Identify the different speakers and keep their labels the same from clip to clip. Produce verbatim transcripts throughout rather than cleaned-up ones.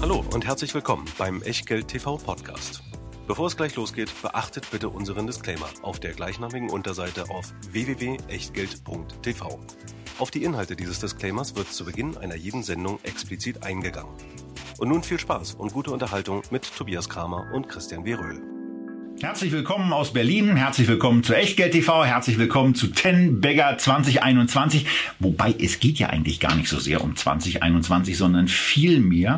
Speaker 1: Hallo und herzlich willkommen beim Echtgeld T V Podcast. Bevor es gleich losgeht, beachtet bitte unseren Disclaimer auf der gleichnamigen Unterseite auf w w w punkt echtgeld punkt t v. Auf die Inhalte dieses Disclaimers wird zu Beginn einer jeden Sendung explizit eingegangen. Und nun viel Spaß und gute Unterhaltung mit Tobias Kramer und Christian W. Röhl.
Speaker 2: Herzlich willkommen aus Berlin, herzlich willkommen zu Echtgeld T V, herzlich willkommen zu Ten Bagger zwanzig einundzwanzig. Wobei es geht ja eigentlich gar nicht so sehr um zwanzig einundzwanzig, sondern vielmehr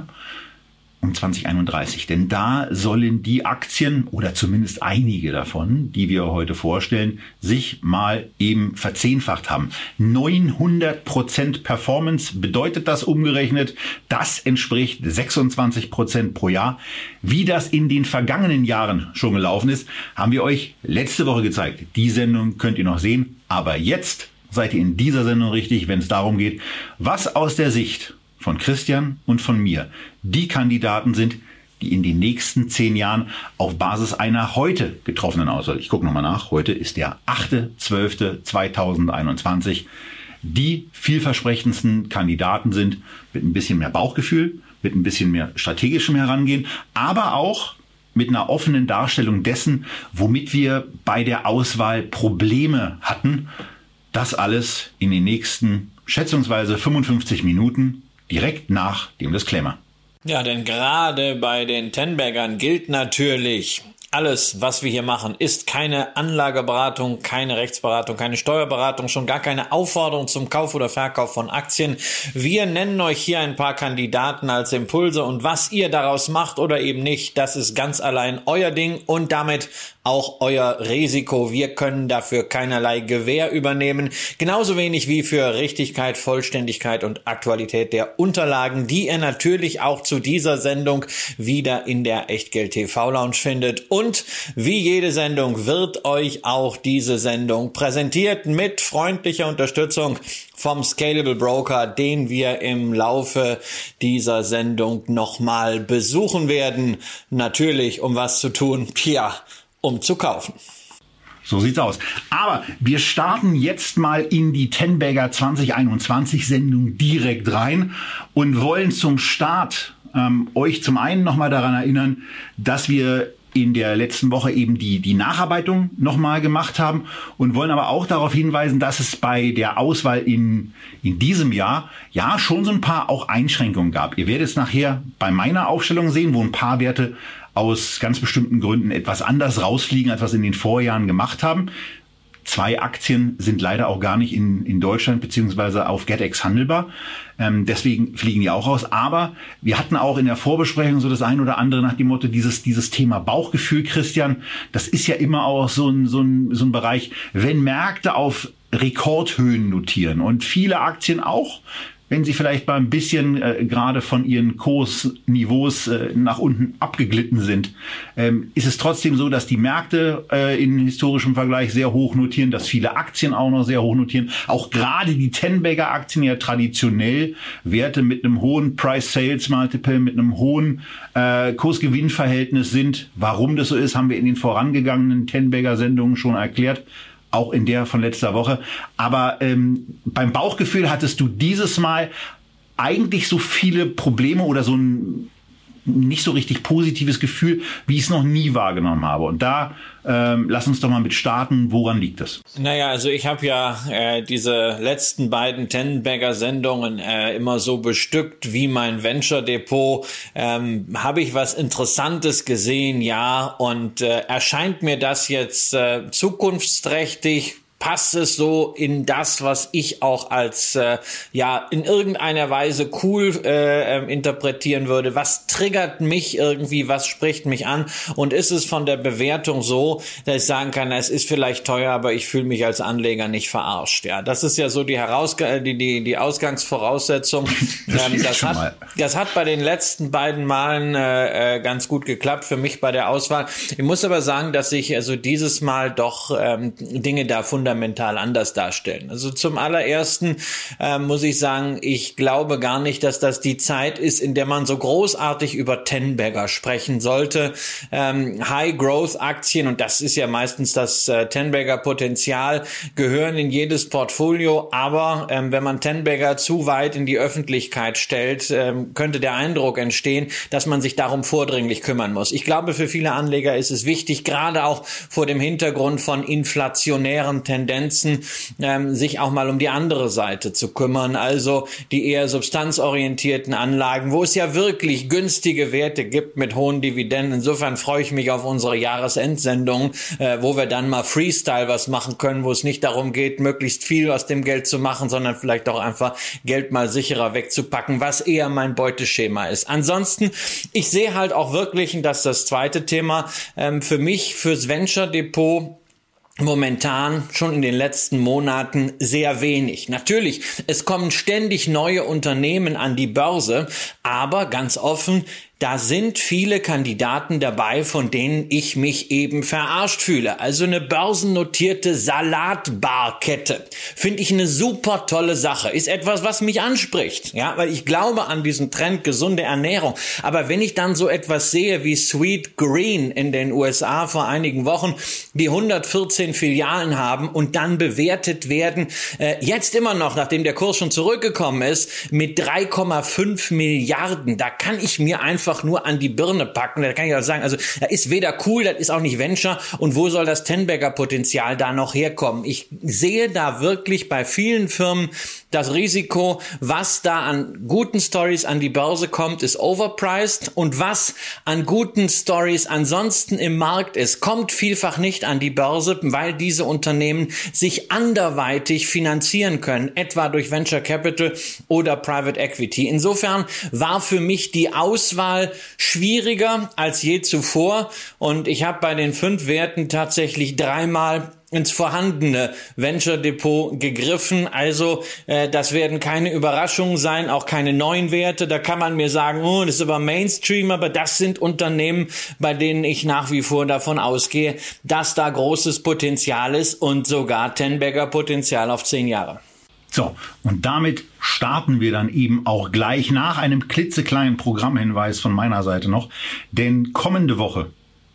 Speaker 2: um zwanzig einunddreißig. Denn da sollen die Aktien oder zumindest einige davon, die wir heute vorstellen, sich mal eben verzehnfacht haben. neunhundert Prozent Performance bedeutet das umgerechnet. Das entspricht sechsundzwanzig Prozent pro Jahr. Wie das in den vergangenen Jahren schon gelaufen ist, haben wir euch letzte Woche gezeigt. Die Sendung könnt ihr noch sehen. Aber jetzt seid ihr in dieser Sendung richtig, wenn es darum geht, was aus der Sicht von Christian und von mir die Kandidaten sind, die in den nächsten zehn Jahren auf Basis einer heute getroffenen Auswahl, ich gucke nochmal nach, heute ist der achter zwölfter zweitausendeinundzwanzig, die vielversprechendsten Kandidaten sind mit ein bisschen mehr Bauchgefühl, mit ein bisschen mehr strategischem Herangehen, aber auch mit einer offenen Darstellung dessen, womit wir bei der Auswahl Probleme hatten. Das alles in den nächsten schätzungsweise fünfundfünfzig Minuten. Direkt nach dem Disclaimer.
Speaker 3: Ja, denn gerade bei den Ten Baggern gilt natürlich, alles, was wir hier machen, ist keine Anlageberatung, keine Rechtsberatung, keine Steuerberatung, schon gar keine Aufforderung zum Kauf oder Verkauf von Aktien. Wir nennen euch hier ein paar Kandidaten als Impulse und was ihr daraus macht oder eben nicht, das ist ganz allein euer Ding und damit auch euer Risiko. Wir können dafür keinerlei Gewähr übernehmen. Genauso wenig wie für Richtigkeit, Vollständigkeit und Aktualität der Unterlagen, die ihr natürlich auch zu dieser Sendung wieder in der Echtgeld T V Lounge findet. Und wie jede Sendung wird euch auch diese Sendung präsentiert mit freundlicher Unterstützung vom Scalable Broker, den wir im Laufe dieser Sendung nochmal besuchen werden. Natürlich, um was zu tun? Tja, um zu kaufen.
Speaker 2: So sieht's aus. Aber wir starten jetzt mal in die Ten Bagger zwanzig einundzwanzig Sendung direkt rein und wollen zum Start ähm, euch zum einen nochmal daran erinnern, dass wir in der letzten Woche eben die, die Nacharbeitung nochmal gemacht haben und wollen aber auch darauf hinweisen, dass es bei der Auswahl in, in diesem Jahr ja schon so ein paar auch Einschränkungen gab. Ihr werdet es nachher bei meiner Aufstellung sehen, wo ein paar Werte aus ganz bestimmten Gründen etwas anders rausfliegen, als was in den Vorjahren gemacht haben. Zwei Aktien sind leider auch gar nicht in, in Deutschland beziehungsweise auf GetEx handelbar. Ähm, deswegen fliegen die auch raus. Aber wir hatten auch in der Vorbesprechung so das ein oder andere nach dem Motto, dieses, dieses Thema Bauchgefühl, Christian, das ist ja immer auch so ein, so ein, so ein Bereich, wenn Märkte auf Rekordhöhen notieren und viele Aktien auch, wenn sie vielleicht mal ein bisschen äh, gerade von ihren Kursniveaus äh, nach unten abgeglitten sind, ähm, ist es trotzdem so, dass die Märkte äh, in historischem Vergleich sehr hoch notieren, dass viele Aktien auch noch sehr hoch notieren. Auch gerade die Ten Bagger Aktien ja traditionell Werte mit einem hohen Price-Sales-Multiple, mit einem hohen äh, Kurs-Gewinn-Verhältnis sind. Warum das so ist, haben wir in den vorangegangenen Ten Bagger Sendungen schon erklärt. Auch in der von letzter Woche. Aber ähm, beim Bauchgefühl hattest du dieses Mal eigentlich so viele Probleme oder so ein nicht so richtig positives Gefühl, wie ich es noch nie wahrgenommen habe. Und da ähm, lass uns doch mal mit starten. Woran liegt das?
Speaker 3: Naja, also ich habe ja äh, diese letzten beiden Ten Bagger Sendungen äh, immer so bestückt wie mein Venture Depot. Ähm, habe ich was Interessantes gesehen? Ja. Und äh, erscheint mir das jetzt äh, zukunftsträchtig? Passt es so in das, was ich auch als äh, ja in irgendeiner Weise cool äh, äh, interpretieren würde? Was triggert mich irgendwie? Was spricht mich an? Und ist es von der Bewertung so, dass ich sagen kann, es ist vielleicht teuer, aber ich fühle mich als Anleger nicht verarscht? Ja, das ist ja so die Herausg- die die die Ausgangsvoraussetzung.
Speaker 2: Das,
Speaker 3: ähm, das hat das hat bei den letzten beiden Malen äh, ganz gut geklappt für mich bei der Auswahl. Ich muss aber sagen, dass ich also dieses Mal doch ähm, Dinge da fundamental fundamental anders darstellen. Also zum allerersten äh, muss ich sagen, ich glaube gar nicht, dass das die Zeit ist, in der man so großartig über Ten-Bagger sprechen sollte. Ähm, High-Growth-Aktien, und das ist ja meistens das äh, Ten-Bagger-Potenzial, gehören in jedes Portfolio, aber ähm, wenn man Ten-Bagger zu weit in die Öffentlichkeit stellt, ähm, könnte der Eindruck entstehen, dass man sich darum vordringlich kümmern muss. Ich glaube, für viele Anleger ist es wichtig, gerade auch vor dem Hintergrund von inflationären Tendenzen, ähm, sich auch mal um die andere Seite zu kümmern, also die eher substanzorientierten Anlagen, wo es ja wirklich günstige Werte gibt mit hohen Dividenden. Insofern freue ich mich auf unsere Jahresendsendung, äh, wo wir dann mal Freestyle was machen können, wo es nicht darum geht, möglichst viel aus dem Geld zu machen, sondern vielleicht auch einfach Geld mal sicherer wegzupacken, was eher mein Beuteschema ist. Ansonsten, ich sehe halt auch wirklich, dass das zweite Thema ähm, für mich, fürs Venture Depot, momentan schon in den letzten Monaten sehr wenig. Natürlich, es kommen ständig neue Unternehmen an die Börse, aber ganz offen, da sind viele Kandidaten dabei, von denen ich mich eben verarscht fühle. Also eine börsennotierte Salatbarkette finde ich eine super tolle Sache. Ist etwas, was mich anspricht, ja, weil ich glaube an diesen Trend gesunde Ernährung. Aber wenn ich dann so etwas sehe wie Sweet Green in den U S A vor einigen Wochen, die hundertvierzehn Filialen haben und dann bewertet werden, äh, jetzt immer noch, nachdem der Kurs schon zurückgekommen ist, mit drei Komma fünf Milliarden, da kann ich mir einfach nur an die Birne packen. Da kann ich auch sagen, also das ist weder cool, das ist auch nicht Venture, und wo soll das Ten-Bagger-Potenzial da noch herkommen? Ich sehe da wirklich bei vielen Firmen das Risiko, was da an guten Stories an die Börse kommt, ist overpriced, und was an guten Stories ansonsten im Markt ist, kommt vielfach nicht an die Börse, weil diese Unternehmen sich anderweitig finanzieren können, etwa durch Venture Capital oder Private Equity. Insofern war für mich die Auswahl schwieriger als je zuvor, und ich habe bei den fünf Werten tatsächlich dreimal ins vorhandene Venture Depot gegriffen. Also äh, das werden keine Überraschungen sein, auch keine neuen Werte. Da kann man mir sagen, oh, das ist aber Mainstream, aber das sind Unternehmen, bei denen ich nach wie vor davon ausgehe, dass da großes Potenzial ist und sogar Ten-Bagger-Potenzial auf zehn Jahre.
Speaker 2: So, und damit starten wir dann eben auch gleich nach einem klitzekleinen Programmhinweis von meiner Seite noch. Denn kommende Woche,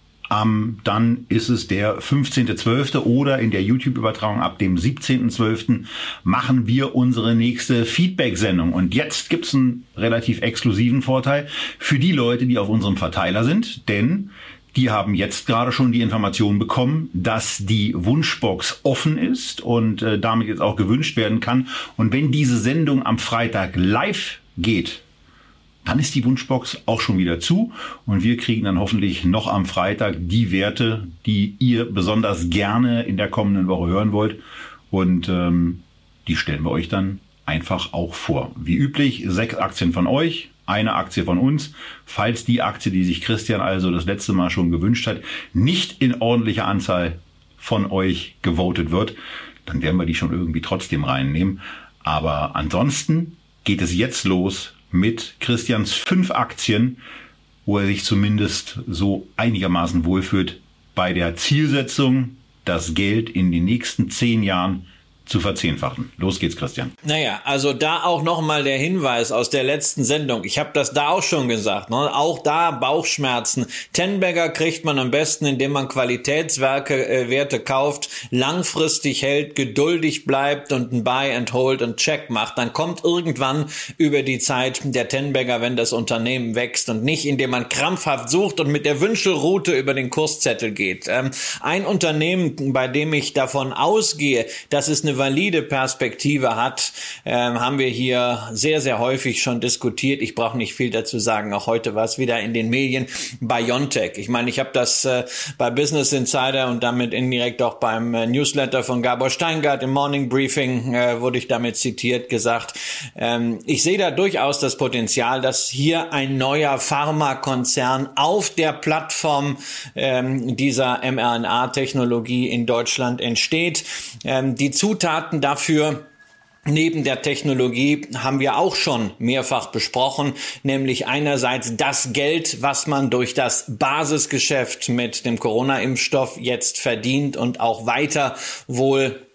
Speaker 2: ähm, dann ist es der fünfzehnten zwölften oder in der YouTube-Übertragung ab dem siebzehnten zwölften machen wir unsere nächste Feedback-Sendung. Und jetzt gibt's einen relativ exklusiven Vorteil für die Leute, die auf unserem Verteiler sind, denn die haben jetzt gerade schon die Information bekommen, dass die Wunschbox offen ist und äh, damit jetzt auch gewünscht werden kann. Und wenn diese Sendung am Freitag live geht, dann ist die Wunschbox auch schon wieder zu. Und wir kriegen dann hoffentlich noch am Freitag die Werte, die ihr besonders gerne in der kommenden Woche hören wollt. Und ähm, die stellen wir euch dann einfach auch vor. Wie üblich, sechs Aktien von euch, eine Aktie von uns. Falls die Aktie, die sich Christian also das letzte Mal schon gewünscht hat, nicht in ordentlicher Anzahl von euch gewotet wird, dann werden wir die schon irgendwie trotzdem reinnehmen. Aber ansonsten geht es jetzt los mit Christians fünf Aktien, wo er sich zumindest so einigermaßen wohlfühlt bei der Zielsetzung, das Geld in den nächsten zehn Jahren zu verzehnfachen. Los geht's, Christian.
Speaker 3: Naja, also da auch nochmal der Hinweis aus der letzten Sendung. Ich habe das da auch schon gesagt, ne? Auch da Bauchschmerzen. Ten-Bagger kriegt man am besten, indem man Qualitätswerke, äh, Werte kauft, langfristig hält, geduldig bleibt und ein Buy and Hold und Check macht. Dann kommt irgendwann über die Zeit der Ten-Bagger, wenn das Unternehmen wächst, und nicht, indem man krampfhaft sucht und mit der Wünschelroute über den Kurszettel geht. Ähm, ein Unternehmen, bei dem ich davon ausgehe, dass es eine valide Perspektive hat, ähm, haben wir hier sehr, sehr häufig schon diskutiert. Ich brauche nicht viel dazu sagen. Auch heute war es wieder in den Medien. BioNTech. Ich meine, ich habe das äh, bei Business Insider und damit indirekt auch beim äh, Newsletter von Gabor Steingart im Morning Briefing äh, wurde ich damit zitiert, gesagt. Ähm, ich sehe da durchaus das Potenzial, dass hier ein neuer Pharmakonzern auf der Plattform ähm, dieser mRNA-Technologie in Deutschland entsteht. Ähm, die Zutaten dafür neben der Technologie haben wir auch schon mehrfach besprochen, nämlich einerseits das Geld, was man durch das Basisgeschäft mit dem Corona-Impfstoff jetzt verdient und auch weiter wohl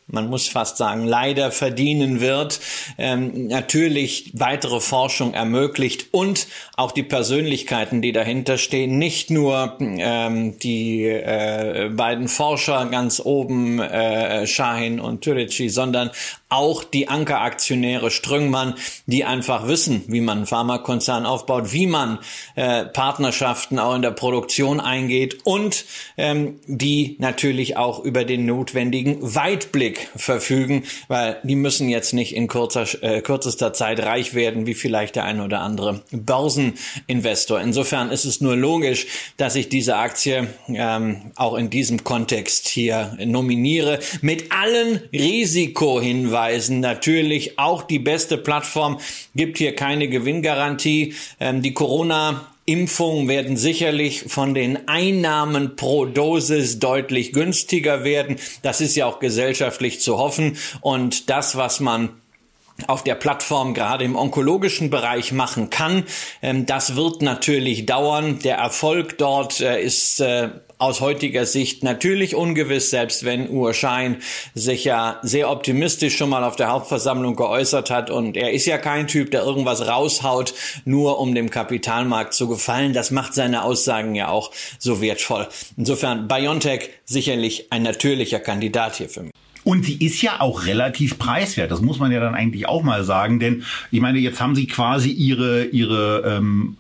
Speaker 3: man muss fast sagen, leider verdienen wird, ähm, natürlich weitere Forschung ermöglicht und auch die Persönlichkeiten, die dahinter stehen, nicht nur ähm, die äh, beiden Forscher ganz oben, äh, Shahin und Türeci, sondern auch die Ankeraktionäre Strüngmann, die einfach wissen, wie man einen Pharmakonzern aufbaut, wie man äh, Partnerschaften auch in der Produktion eingeht und ähm, die natürlich auch über den notwendigen Weitblick verfügen, weil die müssen jetzt nicht in kurzer, äh, kürzester Zeit reich werden, wie vielleicht der ein oder andere Börseninvestor. Insofern ist es nur logisch, dass ich diese Aktie ähm, auch in diesem Kontext hier nominiere, mit allen Risikohinweisen. Natürlich auch die beste Plattform, gibt hier keine Gewinngarantie. Ähm, die Corona Impfungen werden sicherlich von den Einnahmen pro Dosis deutlich günstiger werden. Das ist ja auch gesellschaftlich zu hoffen. Und das, was man auf der Plattform gerade im onkologischen Bereich machen kann, das wird natürlich dauern. Der Erfolg dort ist aus heutiger Sicht natürlich ungewiss, selbst wenn Uğur Şahin sich ja sehr optimistisch schon mal auf der Hauptversammlung geäußert hat. Und er ist ja kein Typ, der irgendwas raushaut, nur um dem Kapitalmarkt zu gefallen. Das macht seine Aussagen ja auch so wertvoll. Insofern BioNTech sicherlich ein natürlicher Kandidat hier für mich.
Speaker 2: Und sie ist ja auch relativ preiswert. Das muss man ja dann eigentlich auch mal sagen. Denn ich meine, jetzt haben sie quasi ihre ihre ähm,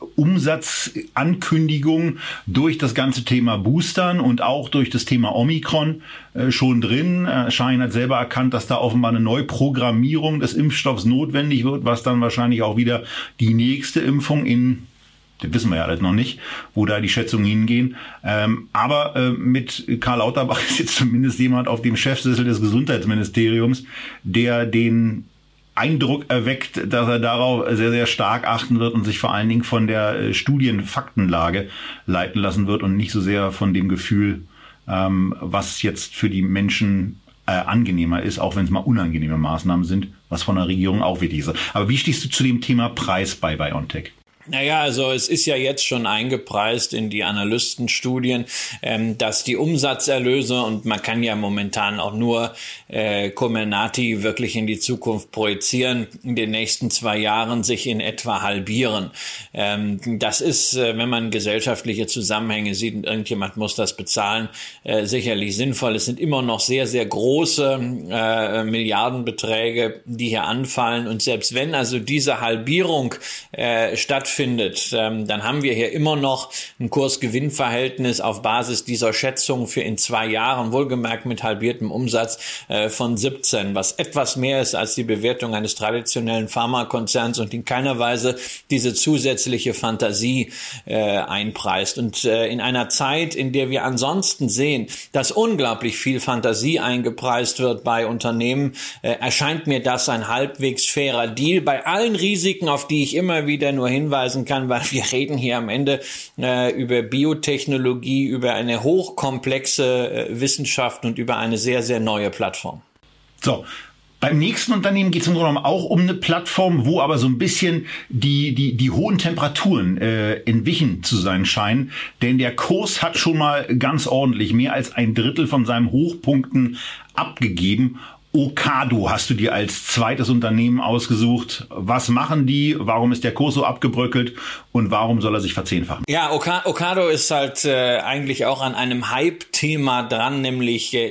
Speaker 2: Umsatzankündigung durch das ganze Thema Boostern und auch durch das Thema Omikron äh, schon drin. Äh, Shahin hat selber erkannt, dass da offenbar eine Neuprogrammierung des Impfstoffs notwendig wird, was dann wahrscheinlich auch wieder die nächste Impfung in... Das wissen wir ja alles noch nicht, wo da die Schätzungen hingehen. Ähm, aber äh, mit Karl Lauterbach ist jetzt zumindest jemand auf dem Chefsessel des Gesundheitsministeriums, der den Eindruck erweckt, dass er darauf sehr, sehr stark achten wird und sich vor allen Dingen von der äh, Studienfaktenlage leiten lassen wird und nicht so sehr von dem Gefühl, ähm, was jetzt für die Menschen äh, angenehmer ist, auch wenn es mal unangenehme Maßnahmen sind, was von der Regierung auch wichtig ist. Aber wie stehst du zu dem Thema Preis bei BioNTech?
Speaker 3: Naja, also es ist ja jetzt schon eingepreist in die Analystenstudien, ähm, dass die Umsatzerlöse, und man kann ja momentan auch nur äh, Comirnaty wirklich in die Zukunft projizieren, in den nächsten zwei Jahren sich in etwa halbieren. Ähm, das ist, äh, wenn man gesellschaftliche Zusammenhänge sieht und irgendjemand muss das bezahlen, äh, sicherlich sinnvoll. Es sind immer noch sehr, sehr große äh, Milliardenbeträge, die hier anfallen, und selbst wenn also diese Halbierung äh, stattfindet, findet, ähm, dann haben wir hier immer noch ein Kurs-Gewinn-Verhältnis auf Basis dieser Schätzung für in zwei Jahren, wohlgemerkt mit halbiertem Umsatz, äh, von siebzehn, was etwas mehr ist als die Bewertung eines traditionellen Pharmakonzerns und in keiner Weise diese zusätzliche Fantasie äh, einpreist. Und äh, in einer Zeit, in der wir ansonsten sehen, dass unglaublich viel Fantasie eingepreist wird bei Unternehmen, äh, erscheint mir das ein halbwegs fairer Deal bei allen Risiken, auf die ich immer wieder nur hinweise kann, weil wir reden hier am Ende äh, über Biotechnologie, über eine hochkomplexe äh, Wissenschaft und über eine sehr, sehr neue Plattform.
Speaker 2: So. Beim nächsten Unternehmen geht es im Grunde genommen auch um eine Plattform, wo aber so ein bisschen die die die hohen Temperaturen äh, entwichen zu sein scheinen. Denn der Kurs hat schon mal ganz ordentlich mehr als ein Drittel von seinen Hochpunkten abgegeben. Ocado hast du dir als zweites Unternehmen ausgesucht. Was machen die? Warum ist der Kurs so abgebröckelt? Und warum soll er sich verzehnfachen?
Speaker 3: Ja, Ocado ist halt äh, eigentlich auch an einem Hype-Thema dran, nämlich äh,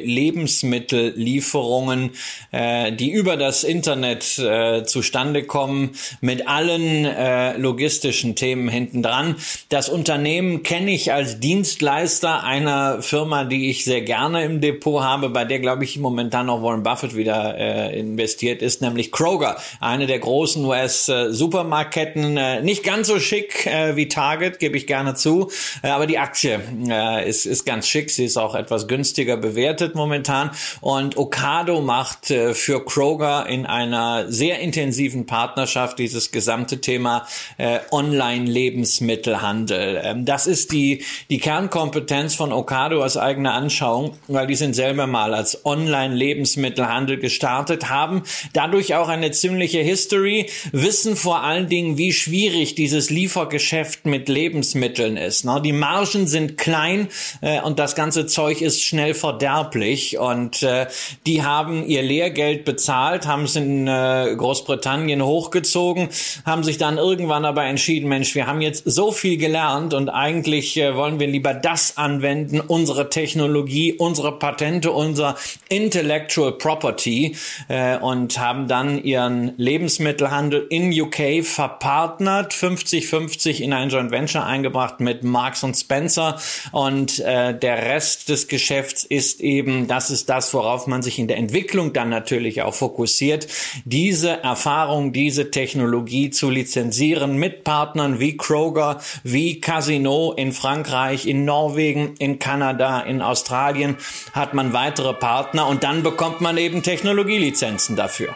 Speaker 3: Lebensmittellieferungen, äh, die über das Internet äh, zustande kommen, mit allen äh, logistischen Themen hinten dran. Das Unternehmen kenne ich als Dienstleister einer Firma, die ich sehr gerne im Depot habe, bei der, glaube ich, momentan noch Warren Buffett wieder äh, investiert ist, nämlich Kroger, eine der großen U S-Supermarktketten, äh, nicht ganz so schick äh, wie Target, gebe ich gerne zu, äh, aber die Aktie äh, ist, ist ganz schick, sie ist auch etwas günstiger bewertet momentan, und Ocado macht äh, für Kroger in einer sehr intensiven Partnerschaft dieses gesamte Thema äh, Online-Lebensmittelhandel. Ähm, das ist die, die Kernkompetenz von Ocado aus eigener Anschauung, weil die sind selber mal als Online-Lebensmittelhandel gestartet, haben dadurch auch eine ziemliche History, wissen vor allen Dingen, wie schwierig dieses Liefergeschäft mit Lebensmitteln ist. Die Margen sind klein und das ganze ganze Zeug ist schnell verderblich und äh, die haben ihr Lehrgeld bezahlt, haben es in äh, Großbritannien hochgezogen, haben sich dann irgendwann aber entschieden, Mensch, wir haben jetzt so viel gelernt und eigentlich äh, wollen wir lieber das anwenden, unsere Technologie, unsere Patente, unser Intellectual Property äh, und haben dann ihren Lebensmittelhandel in U K verpartnert, fünfzig fünfzig in ein Joint Venture eingebracht mit Marks und Spencer und äh, der Rest des Geschäfts ist eben, das ist das, worauf man sich in der Entwicklung dann natürlich auch fokussiert, diese Erfahrung, diese Technologie zu lizenzieren mit Partnern wie Kroger, wie Casino in Frankreich, in Norwegen, in Kanada, in Australien hat man weitere Partner und dann bekommt man eben Technologielizenzen dafür.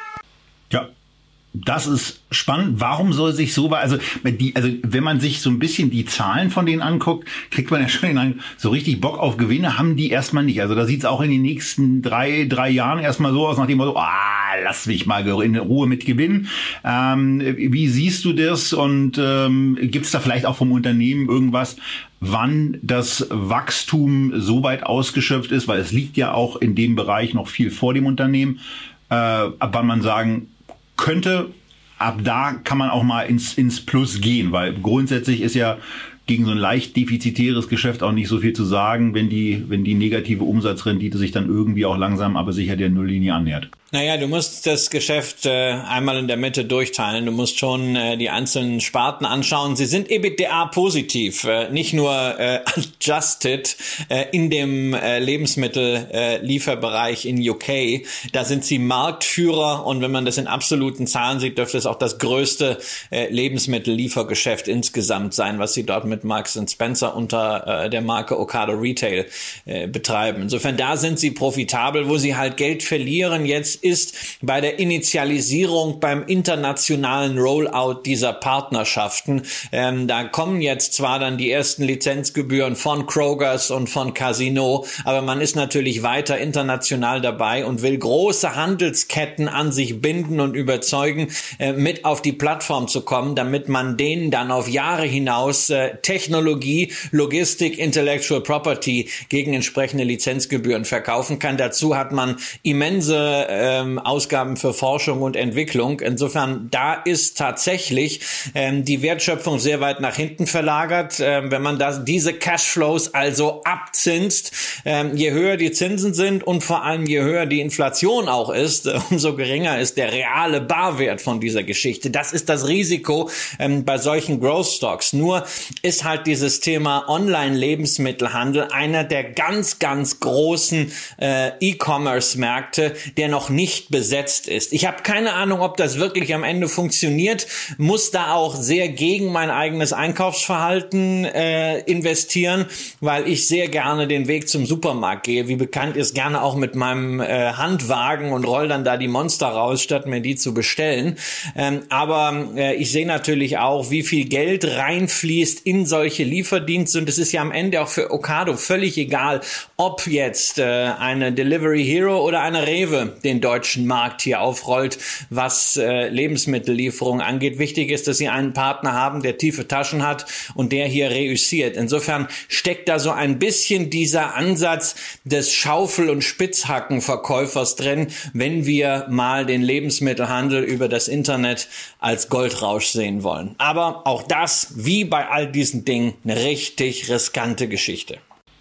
Speaker 2: Ja. Das ist spannend. Warum soll sich so, also die, also wenn man sich so ein bisschen die Zahlen von denen anguckt, kriegt man ja schon den Eindruck, so richtig Bock auf Gewinne haben die erstmal nicht. Also da sieht es auch in den nächsten drei, drei Jahren erstmal so aus, nach dem Motto, ah, lass mich mal in Ruhe mit gewinnen. Ähm, wie siehst du das und ähm, gibt es da vielleicht auch vom Unternehmen irgendwas, wann das Wachstum so weit ausgeschöpft ist, weil es liegt ja auch in dem Bereich noch viel vor dem Unternehmen, äh, ab wann man sagen könnte, ab da kann man auch mal ins, ins Plus gehen, weil grundsätzlich ist ja gegen so ein leicht defizitäres Geschäft auch nicht so viel zu sagen, wenn die, wenn die negative Umsatzrendite sich dann irgendwie auch langsam, aber sicher der Nulllinie annähert.
Speaker 3: Naja, du musst das Geschäft äh, einmal in der Mitte durchteilen. Du musst schon äh, die einzelnen Sparten anschauen. Sie sind EBITDA-positiv, äh, nicht nur äh, adjusted äh, in dem äh, Lebensmittellieferbereich äh, in U K. Da sind sie Marktführer und wenn man das in absoluten Zahlen sieht, dürfte es auch das größte äh, Lebensmittelliefergeschäft insgesamt sein, was sie dort mit Marks and Spencer unter äh, der Marke Ocado Retail äh, betreiben. Insofern, da sind sie profitabel. Wo sie halt Geld verlieren jetzt ist bei der Initialisierung, beim internationalen Rollout dieser Partnerschaften. Ähm, da kommen jetzt zwar dann die ersten Lizenzgebühren von Krogers und von Casino, aber man ist natürlich weiter international dabei und will große Handelsketten an sich binden und überzeugen, äh, mit auf die Plattform zu kommen, damit man denen dann auf Jahre hinaus äh, Technologie, Logistik, Intellectual Property gegen entsprechende Lizenzgebühren verkaufen kann. Dazu hat man immense äh, Ähm, Ausgaben für Forschung und Entwicklung. Insofern, da ist tatsächlich ähm, die Wertschöpfung sehr weit nach hinten verlagert. Ähm, wenn man das, diese Cashflows also abzinst, ähm, je höher die Zinsen sind und vor allem je höher die Inflation auch ist, äh, umso geringer ist der reale Barwert von dieser Geschichte. Das ist das Risiko ähm, bei solchen Growth Stocks. Nur ist halt dieses Thema Online-Lebensmittelhandel einer der ganz, ganz großen äh, E-Commerce-Märkte, der noch nicht besetzt ist. Ich habe keine Ahnung, ob das wirklich am Ende funktioniert, muss da auch sehr gegen mein eigenes Einkaufsverhalten äh, investieren, weil ich sehr gerne den Weg zum Supermarkt gehe, wie bekannt ist, gerne auch mit meinem äh, Handwagen und roll dann da die Monster raus, statt mir die zu bestellen. Ähm, aber äh, ich sehe natürlich auch, wie viel Geld reinfließt in solche Lieferdienste und es ist ja am Ende auch für Ocado völlig egal, ob jetzt äh, eine Delivery Hero oder eine Rewe den deutschen Markt hier aufrollt, was äh, Lebensmittellieferung angeht. Wichtig ist, dass sie einen Partner haben, der tiefe Taschen hat und der hier reüssiert. Insofern steckt da so ein bisschen dieser Ansatz des Schaufel- und Spitzhackenverkäufers drin, wenn wir mal den Lebensmittelhandel über das Internet als Goldrausch sehen wollen. Aber auch das, wie bei all diesen Dingen, eine richtig riskante Geschichte.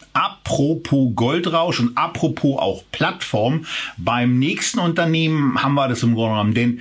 Speaker 2: Apropos Goldrausch und apropos auch Plattform, beim nächsten Unternehmen haben wir das im Grunde genommen, denn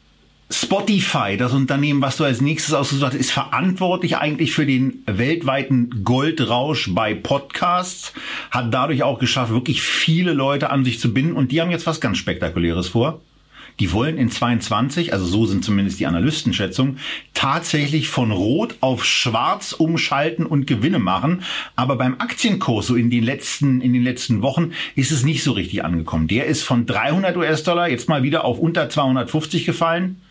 Speaker 2: Spotify, das Unternehmen, was du als nächstes ausgesucht hast, ist verantwortlich eigentlich für den weltweiten Goldrausch bei Podcasts, hat dadurch auch geschafft, wirklich viele Leute an sich zu binden und die haben jetzt was ganz Spektakuläres vor. Die wollen in zweiundzwanzig, also so sind zumindest die Analystenschätzungen, tatsächlich von Rot auf Schwarz umschalten und Gewinne machen. Aber beim Aktienkurs so in den letzten, in den letzten Wochen ist es nicht so richtig angekommen. Der ist von dreihundert US-Dollar jetzt mal wieder auf unter zweihundertfünfzig gefallen.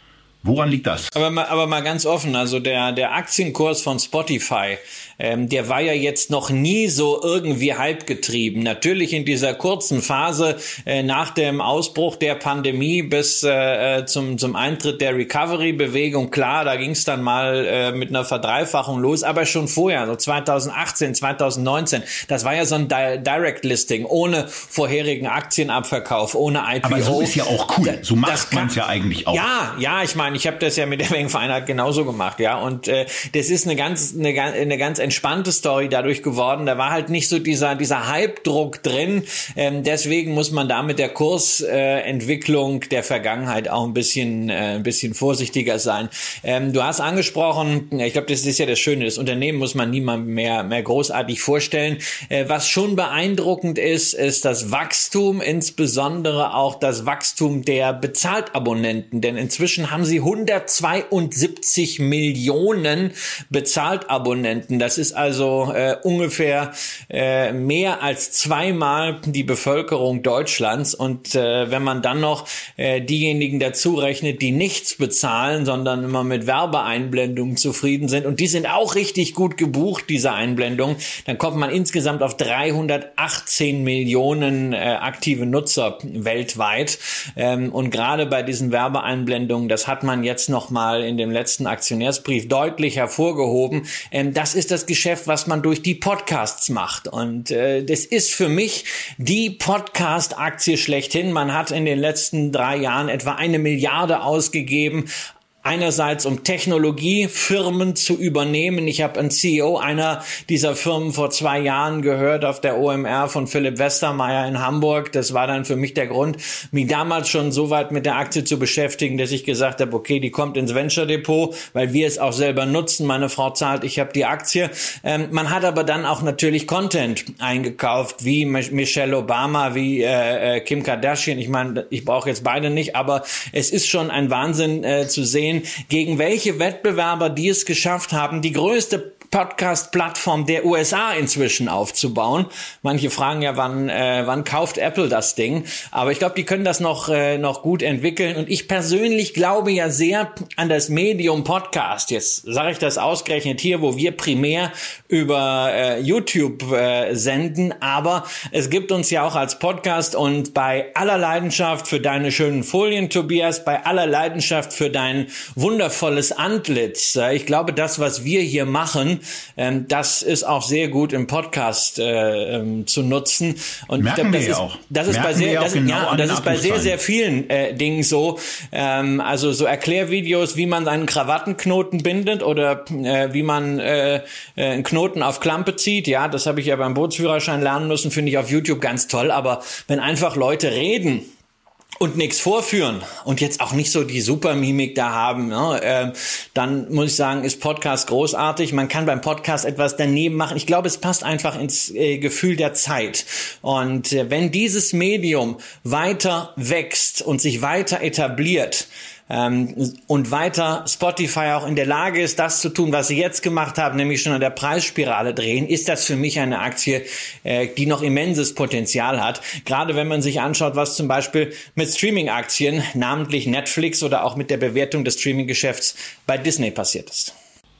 Speaker 2: Woran liegt das?
Speaker 3: Aber mal, aber mal ganz offen, also der, der Aktienkurs von Spotify, ähm, der war ja jetzt noch nie so irgendwie hypegetrieben. Natürlich in dieser kurzen Phase äh, nach dem Ausbruch der Pandemie bis äh, zum, zum Eintritt der Recovery-Bewegung, klar, da ging es dann mal äh, mit einer Verdreifachung los, aber schon vorher, so zwanzig achtzehn, zwanzig neunzehn, das war ja so ein Di- Direct-Listing, ohne vorherigen Aktienabverkauf, ohne I P O.
Speaker 2: Aber so ist ja auch cool, so macht man es ja eigentlich auch.
Speaker 3: Ja, ja, ich meine, ich habe das ja mit der Wengen-Vereinheit genauso gemacht, ja, und äh, das ist eine ganz, eine, eine ganz entspannte Story dadurch geworden. Da war halt nicht so dieser dieser Hype-Druck drin. Ähm, deswegen muss man da mit der Kursentwicklung äh, der Vergangenheit auch ein bisschen äh, ein bisschen vorsichtiger sein. Ähm, du hast angesprochen, ich glaube, das ist ja das Schöne, das Unternehmen muss man niemandem mehr mehr großartig vorstellen. Äh, was schon beeindruckend ist, ist das Wachstum, insbesondere auch das Wachstum der Bezahltabonnenten, denn inzwischen haben sie hundertzweiundsiebzig Millionen Bezahltabonnenten. Das ist also äh, ungefähr äh, mehr als zweimal die Bevölkerung Deutschlands. Und äh, wenn man dann noch äh, diejenigen dazu rechnet, die nichts bezahlen, sondern immer mit Werbeeinblendungen zufrieden sind, und die sind auch richtig gut gebucht, diese Einblendungen, dann kommt man insgesamt auf dreihundertachtzehn Millionen äh, aktive Nutzer weltweit. Ähm, und gerade bei diesen Werbeeinblendungen, das hat man jetzt noch mal in dem letzten Aktionärsbrief deutlich hervorgehoben. Ähm, das ist das Geschäft, was man durch die Podcasts macht. Und äh, das ist für mich die Podcast-Aktie schlechthin. Man hat in den letzten drei Jahren etwa eine Milliarde ausgegeben. Einerseits, um Technologiefirmen zu übernehmen. Ich habe einen C E O einer dieser Firmen vor zwei Jahren gehört auf der O M R von Philipp Westermeier in Hamburg. Das war dann für mich der Grund, mich damals schon so weit mit der Aktie zu beschäftigen, dass ich gesagt habe, okay, die kommt ins Venture Depot, weil wir es auch selber nutzen. Meine Frau zahlt, ich habe die Aktie. Ähm, man hat aber dann auch natürlich Content eingekauft, wie Michelle Obama, wie äh, Kim Kardashian. Ich meine, ich brauche jetzt beide nicht, aber es ist schon ein Wahnsinn äh, zu sehen, gegen welche Wettbewerber die es geschafft haben, die größte Podcast-Plattform der U S A inzwischen aufzubauen. Manche fragen ja, wann äh, wann kauft Apple das Ding? Aber ich glaube, die können das noch äh, noch gut entwickeln. Und ich persönlich glaube ja sehr an das Medium Podcast. Jetzt sage ich das ausgerechnet hier, wo wir primär über äh, YouTube äh, senden. Aber es gibt uns ja auch als Podcast, und bei aller Leidenschaft für deine schönen Folien, Tobias, bei aller Leidenschaft für dein wundervolles Antlitz. Äh, ich glaube, das, was wir hier machen, Ähm, das ist auch sehr gut im Podcast äh, ähm, zu nutzen. Und
Speaker 2: Merken
Speaker 3: ich glaube, das ist
Speaker 2: auch.
Speaker 3: das ist
Speaker 2: Merken
Speaker 3: bei sehr, das,
Speaker 2: genau
Speaker 3: ja, und das ist bei sehr sehr vielen äh, Dingen so. Ähm, also so Erklärvideos, wie man einen Krawattenknoten bindet oder äh, wie man äh, einen Knoten auf Klampe zieht. Ja, das habe ich ja beim Bootsführerschein lernen müssen, finde ich auf YouTube ganz toll. Aber wenn einfach Leute reden und nichts vorführen und jetzt auch nicht so die Supermimik da haben, ne, äh, dann muss ich sagen, ist Podcast großartig. Man kann beim Podcast etwas daneben machen. Ich glaube, es passt einfach ins äh, Gefühl der Zeit. Und äh, wenn dieses Medium weiter wächst und sich weiter etabliert, Ähm, und weiter Spotify auch in der Lage ist, das zu tun, was sie jetzt gemacht haben, nämlich schon an der Preisspirale drehen, ist das für mich eine Aktie, äh, die noch immenses Potenzial hat. Gerade wenn man sich anschaut, was zum Beispiel mit Streaming-Aktien, namentlich Netflix, oder auch mit der Bewertung des Streaming-Geschäfts bei Disney passiert ist.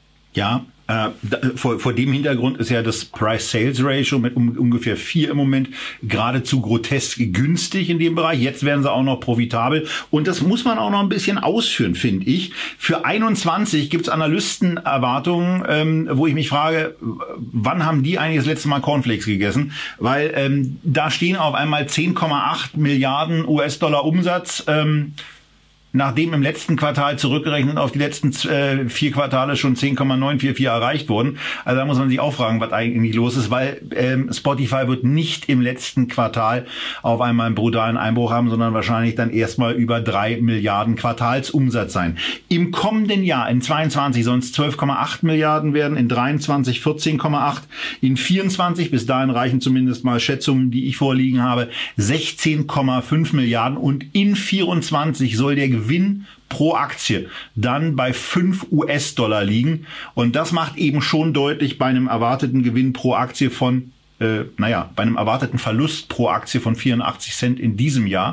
Speaker 2: Ja, äh, da, vor, vor dem Hintergrund ist ja das Price-Sales-Ratio mit um, ungefähr vier im Moment geradezu grotesk günstig in dem Bereich. Jetzt werden sie auch noch profitabel. Und das muss man auch noch ein bisschen ausführen, finde ich. Für einundzwanzig gibt's Analystenerwartungen, ähm, wo ich mich frage, wann haben die eigentlich das letzte Mal Cornflakes gegessen? Weil ähm, da stehen auf einmal zehn Komma acht Milliarden U S-Dollar Umsatz, ähm, nachdem im letzten Quartal zurückgerechnet auf die letzten äh, vier Quartale schon zehn Komma neun vier vier erreicht wurden. Also da muss man sich auch fragen, was eigentlich los ist, weil ähm, Spotify wird nicht im letzten Quartal auf einmal einen brutalen Einbruch haben, sondern wahrscheinlich dann erstmal über drei Milliarden Quartalsumsatz sein. Im kommenden Jahr, in zweiundzwanzig, sollen es zwölf Komma acht Milliarden werden, in dreiundzwanzig vierzehn Komma acht, in vierundzwanzig, bis dahin reichen zumindest mal Schätzungen, die ich vorliegen habe, sechzehn Komma fünf Milliarden, und in vierundzwanzig soll der Gewinn pro Aktie dann bei fünf U S-Dollar liegen. Und das macht eben schon deutlich, bei einem erwarteten Gewinn pro Aktie von, äh, naja, bei einem erwarteten Verlust pro Aktie von vierundachtzig Cent in diesem Jahr,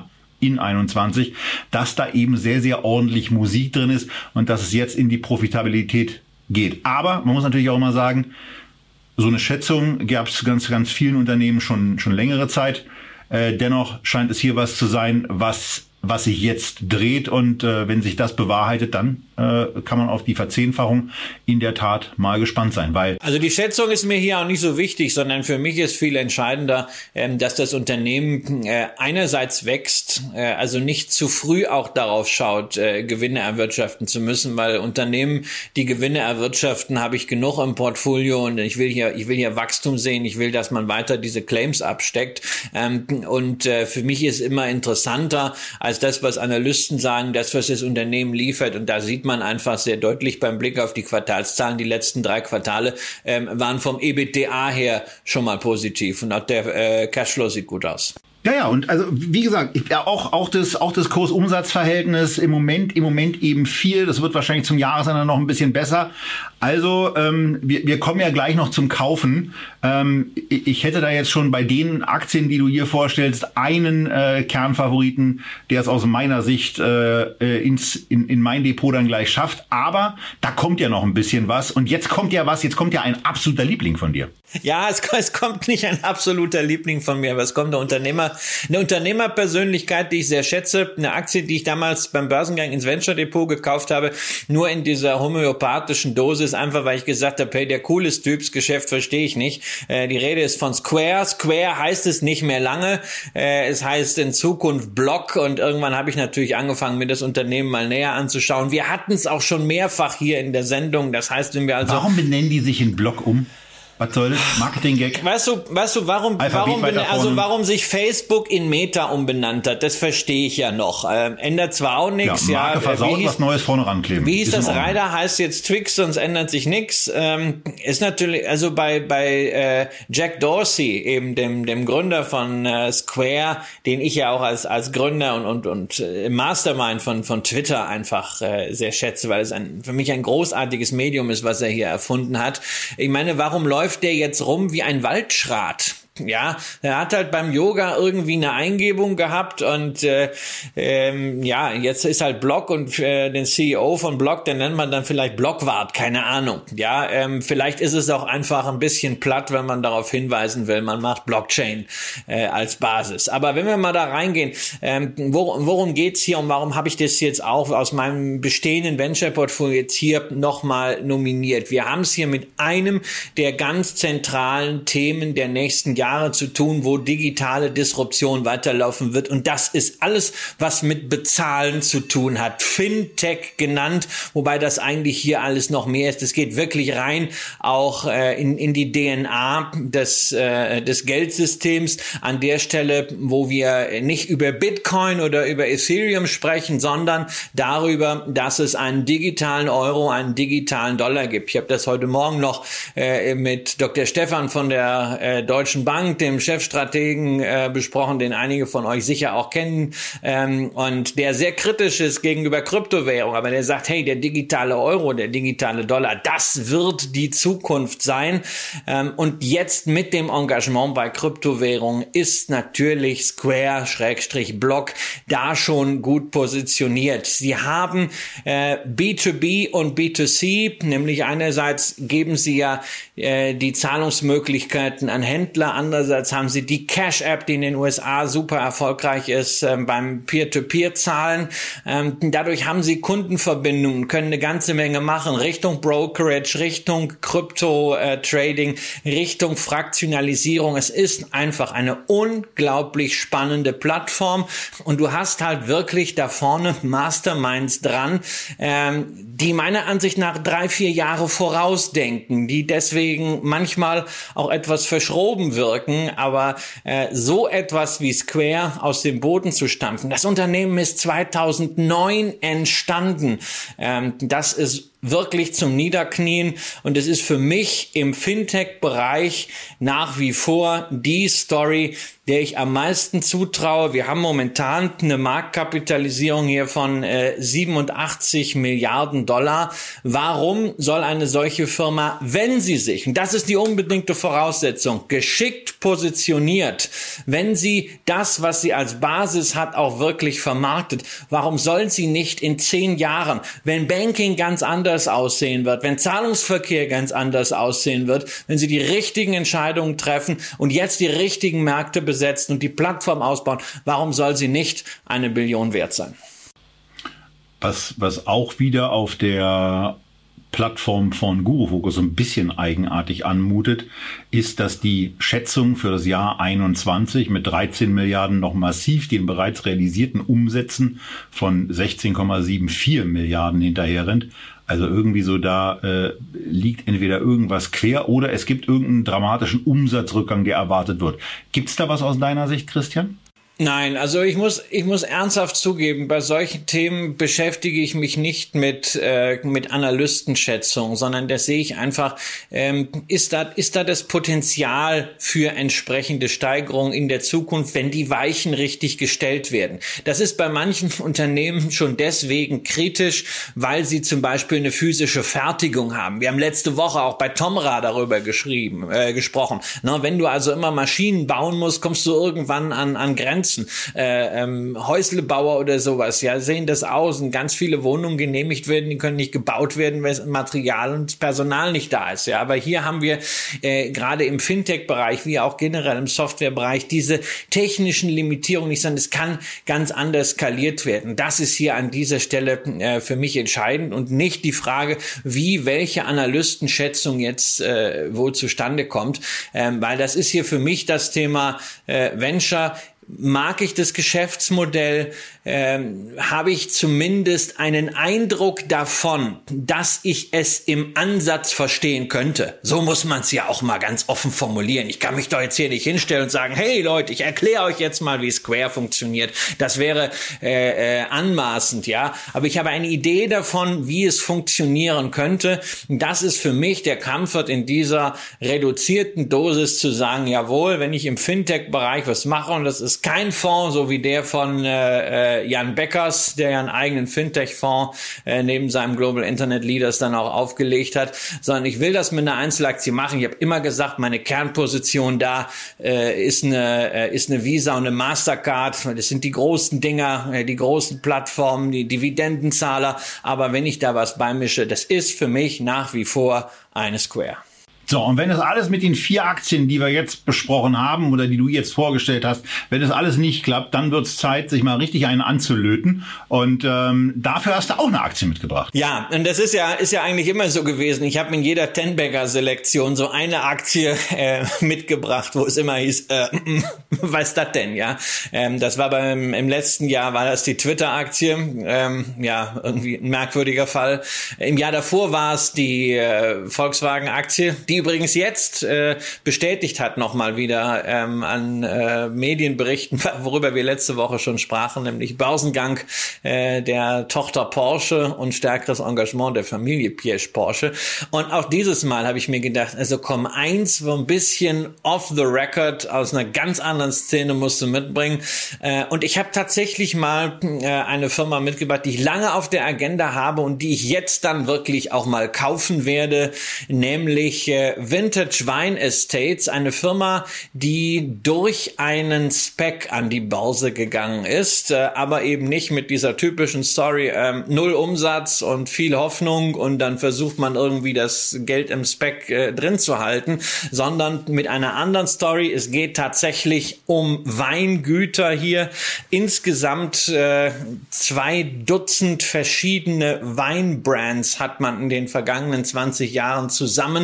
Speaker 2: in einundzwanzig, dass da eben sehr, sehr ordentlich Musik drin ist und dass es jetzt in die Profitabilität geht. Aber man muss natürlich auch immer sagen, so eine Schätzung gab es ganz, ganz vielen Unternehmen schon, schon längere Zeit. Äh, dennoch scheint es hier was zu sein, was, was sich jetzt dreht. Und äh, wenn sich das bewahrheitet, dann äh, kann man auf die Verzehnfachung in der Tat mal gespannt sein. Weil
Speaker 3: also die Schätzung ist mir hier auch nicht so wichtig, sondern für mich ist viel entscheidender, ähm, dass das Unternehmen äh, einerseits wächst, äh, also nicht zu früh auch darauf schaut, äh, Gewinne erwirtschaften zu müssen, weil Unternehmen, die Gewinne erwirtschaften, habe ich genug im Portfolio und ich will hier, ich will hier Wachstum sehen, ich will, dass man weiter diese Claims absteckt. Ähm, und äh, für mich ist immer interessanter als das, was Analysten sagen, das, was das Unternehmen liefert. Und da sieht man einfach sehr deutlich beim Blick auf die Quartalszahlen, die letzten drei Quartale ähm, waren vom EBITDA her schon mal positiv und auch der äh, Cashflow sieht gut aus.
Speaker 2: Ja, ja, und also wie gesagt, ich, ja, auch auch das auch das Kurs-Umsatz-Verhältnis im Moment im Moment eben viel. Das wird wahrscheinlich zum Jahresende noch ein bisschen besser. Also ähm, wir, wir kommen ja gleich noch zum Kaufen. Ähm, ich hätte da jetzt schon bei den Aktien, die du hier vorstellst, einen äh, Kernfavoriten, der es aus meiner Sicht äh, ins in, in mein Depot dann gleich schafft. Aber da kommt ja noch ein bisschen was. Und jetzt kommt ja was. Jetzt kommt ja ein absoluter Liebling von dir.
Speaker 3: Ja, es, es kommt nicht ein absoluter Liebling von mir, aber es kommt der Unternehmer, eine Unternehmerpersönlichkeit, die ich sehr schätze, eine Aktie, die ich damals beim Börsengang ins Venture Depot gekauft habe, nur in dieser homöopathischen Dosis, einfach weil ich gesagt habe, hey, der cooles Typs, Geschäft verstehe ich nicht. Äh, die Rede ist von Square. Square heißt es nicht mehr lange. Äh, es heißt in Zukunft Block und irgendwann habe ich natürlich angefangen, mir das Unternehmen mal näher anzuschauen. Wir hatten es auch schon mehrfach hier in der Sendung. Das heißt, wenn wir also...
Speaker 2: Warum benennen die sich in Block um? Was soll das? Marketing-Gag?
Speaker 3: Weißt du, weißt du, warum, warum, also warum sich Facebook in Meta umbenannt hat, das verstehe ich ja noch. Ähm, ändert zwar auch nichts.
Speaker 2: Ja, Marke
Speaker 3: ja,
Speaker 2: versaut,
Speaker 3: hieß,
Speaker 2: was Neues vorne rankleben.
Speaker 3: Wie hieß das? Rider heißt jetzt Twix, sonst ändert sich nichts. Ähm, ist natürlich, also bei bei äh, Jack Dorsey, eben dem dem Gründer von äh, Square, den ich ja auch als als Gründer und und und äh, Mastermind von von Twitter einfach äh, sehr schätze, weil es ein für mich ein großartiges Medium ist, was er hier erfunden hat. Ich meine, warum läuft der jetzt rum wie ein Waldschrat? Ja, er hat halt beim Yoga irgendwie eine Eingebung gehabt und äh, ähm, ja, jetzt ist halt Block und äh, den C E O von Block, den nennt man dann vielleicht Blockwart, keine Ahnung. Ja, ähm, vielleicht ist es auch einfach ein bisschen platt, wenn man darauf hinweisen will, man macht Blockchain äh, als Basis. Aber wenn wir mal da reingehen, ähm, worum, worum geht's hier und warum habe ich das jetzt auch aus meinem bestehenden Venture-Portfolio jetzt hier nochmal nominiert? Wir haben es hier mit einem der ganz zentralen Themen der nächsten Jahre Jahre zu tun, wo digitale Disruption weiterlaufen wird. Und das ist alles, was mit Bezahlen zu tun hat. Fintech genannt, wobei das eigentlich hier alles noch mehr ist. Es geht wirklich rein auch äh, in, in die D N A des, äh, des Geldsystems. An der Stelle, wo wir nicht über Bitcoin oder über Ethereum sprechen, sondern darüber, dass es einen digitalen Euro, einen digitalen Dollar gibt. Ich habe das heute Morgen noch äh, mit Doktor Stefan von der äh, Deutschen Bank, dem Chefstrategen, äh, besprochen, den einige von euch sicher auch kennen, ähm, und der sehr kritisch ist gegenüber Kryptowährung, aber der sagt, hey, der digitale Euro, der digitale Dollar, das wird die Zukunft sein. Ähm, und jetzt mit dem Engagement bei Kryptowährungen ist natürlich Square-Block da schon gut positioniert. Sie haben äh, B zwei B und B zwei C, nämlich einerseits geben sie ja äh, die Zahlungsmöglichkeiten an Händler, andererseits haben sie die Cash-App, die in den U S A super erfolgreich ist, ähm, beim Peer-to-Peer-Zahlen. Ähm, dadurch haben sie Kundenverbindungen, können eine ganze Menge machen, Richtung Brokerage, Richtung Krypto-Trading, Richtung Fraktionalisierung. Es ist einfach eine unglaublich spannende Plattform und du hast halt wirklich da vorne Masterminds dran, ähm, die meiner Ansicht nach drei, vier Jahre vorausdenken, die deswegen manchmal auch etwas verschroben wirken, aber äh, so etwas wie Square aus dem Boden zu stampfen. Das Unternehmen ist zweitausendneun entstanden. Ähm, das ist wirklich zum Niederknien. Und es ist für mich im Fintech-Bereich nach wie vor die Story, der ich am meisten zutraue. Wir haben momentan eine Marktkapitalisierung hier von äh, siebenundachtzig Milliarden Dollar. Warum soll eine solche Firma, wenn sie sich, und das ist die unbedingte Voraussetzung, geschickt positioniert, wenn sie das, was sie als Basis hat, auch wirklich vermarktet, warum soll sie nicht in zehn Jahren, wenn Banking ganz anders aussehen wird, wenn Zahlungsverkehr ganz anders aussehen wird, wenn sie die richtigen Entscheidungen treffen und jetzt die richtigen Märkte besetzen und die Plattform ausbauen, warum soll sie nicht eine Billion wert sein?
Speaker 2: Was, was auch wieder auf der Plattform von GuruFocus so ein bisschen eigenartig anmutet, ist, dass die Schätzung für das Jahr einundzwanzig mit dreizehn Milliarden noch massiv den bereits realisierten Umsätzen von sechzehn Komma vierundsiebzig Milliarden hinterherrennt. Also irgendwie so da äh, liegt entweder irgendwas quer oder es gibt irgendeinen dramatischen Umsatzrückgang, der erwartet wird. Gibt's da was aus deiner Sicht, Christian?
Speaker 3: Nein, also ich muss ich muss ernsthaft zugeben, bei solchen Themen beschäftige ich mich nicht mit äh, mit Analystenschätzungen, sondern das sehe ich einfach, ähm, ist da ist da das Potenzial für entsprechende Steigerungen in der Zukunft, wenn die Weichen richtig gestellt werden. Das ist bei manchen Unternehmen schon deswegen kritisch, weil sie zum Beispiel eine physische Fertigung haben. Wir haben letzte Woche auch bei Tomra darüber geschrieben, äh, gesprochen. Na, wenn du also immer Maschinen bauen musst, kommst du irgendwann an an Grenzen. Äh, ähm, Häuslebauer oder sowas, ja, sehen das aus und ganz viele Wohnungen genehmigt werden, die können nicht gebaut werden, weil Material und Personal nicht da ist, ja, aber hier haben wir äh, gerade im Fintech-Bereich, wie auch generell im Software-Bereich, diese technischen Limitierungen nicht, sondern es kann ganz anders skaliert werden. Das ist hier an dieser Stelle äh, für mich entscheidend und nicht die Frage, wie welche Analystenschätzung jetzt äh, wohl zustande kommt, ähm, weil das ist hier für mich das Thema äh, Venture. Mag ich das Geschäftsmodell, ähm, habe ich zumindest einen Eindruck davon, dass ich es im Ansatz verstehen könnte. So muss man es ja auch mal ganz offen formulieren. Ich kann mich doch jetzt hier nicht hinstellen und sagen, hey Leute, ich erkläre euch jetzt mal, wie Square funktioniert. Das wäre äh, äh, anmaßend, ja. Aber ich habe eine Idee davon, wie es funktionieren könnte. Das ist für mich der Comfort in dieser reduzierten Dosis zu sagen, jawohl, wenn ich im Fintech-Bereich was mache und das ist kein Fonds, so wie der von äh, Jan Beckers, der ja einen eigenen Fintech-Fonds äh, neben seinem Global Internet Leaders dann auch aufgelegt hat, sondern ich will das mit einer Einzelaktie machen. Ich habe immer gesagt, meine Kernposition da äh, ist eine äh, ist eine Visa und eine Mastercard. Das sind die großen Dinger, äh, die großen Plattformen, die Dividendenzahler. Aber wenn ich da was beimische, das ist für mich nach wie vor eine Square.
Speaker 2: So, und wenn das alles mit den vier Aktien, die wir jetzt besprochen haben oder die du jetzt vorgestellt hast, wenn das alles nicht klappt, dann wird's Zeit, sich mal richtig einen anzulöten. Und ähm, dafür hast du auch eine Aktie mitgebracht.
Speaker 3: Ja, und das ist ja ist ja eigentlich immer so gewesen. Ich habe in jeder Ten-Bagger-Selektion so eine Aktie äh, mitgebracht, wo es immer hieß, äh, was ist das denn, ja? Ähm, das war beim im letzten Jahr war das die Twitter-Aktie. Ähm, ja, irgendwie ein merkwürdiger Fall. Im Jahr davor war es die äh, Volkswagen-Aktie, die übrigens jetzt äh, bestätigt hat nochmal wieder ähm, an äh, Medienberichten, worüber wir letzte Woche schon sprachen, nämlich Börsengang äh, der Tochter Porsche und stärkeres Engagement der Familie Piëch Porsche. Und auch dieses Mal habe ich mir gedacht, also komm, eins so ein bisschen off the record aus einer ganz anderen Szene musst du mitbringen. Äh, und ich habe tatsächlich mal äh, eine Firma mitgebracht, die ich lange auf der Agenda habe und die ich jetzt dann wirklich auch mal kaufen werde, nämlich äh, Vintage Wine Estates, eine Firma, die durch einen SPAC an die Börse gegangen ist, äh, aber eben nicht mit dieser typischen Story, ähm, null Umsatz und viel Hoffnung und dann versucht man irgendwie das Geld im SPAC äh, drin zu halten, sondern mit einer anderen Story. Es geht tatsächlich um Weingüter hier. Insgesamt äh, zwei Dutzend verschiedene Weinbrands hat man in den vergangenen zwanzig Jahren zusammen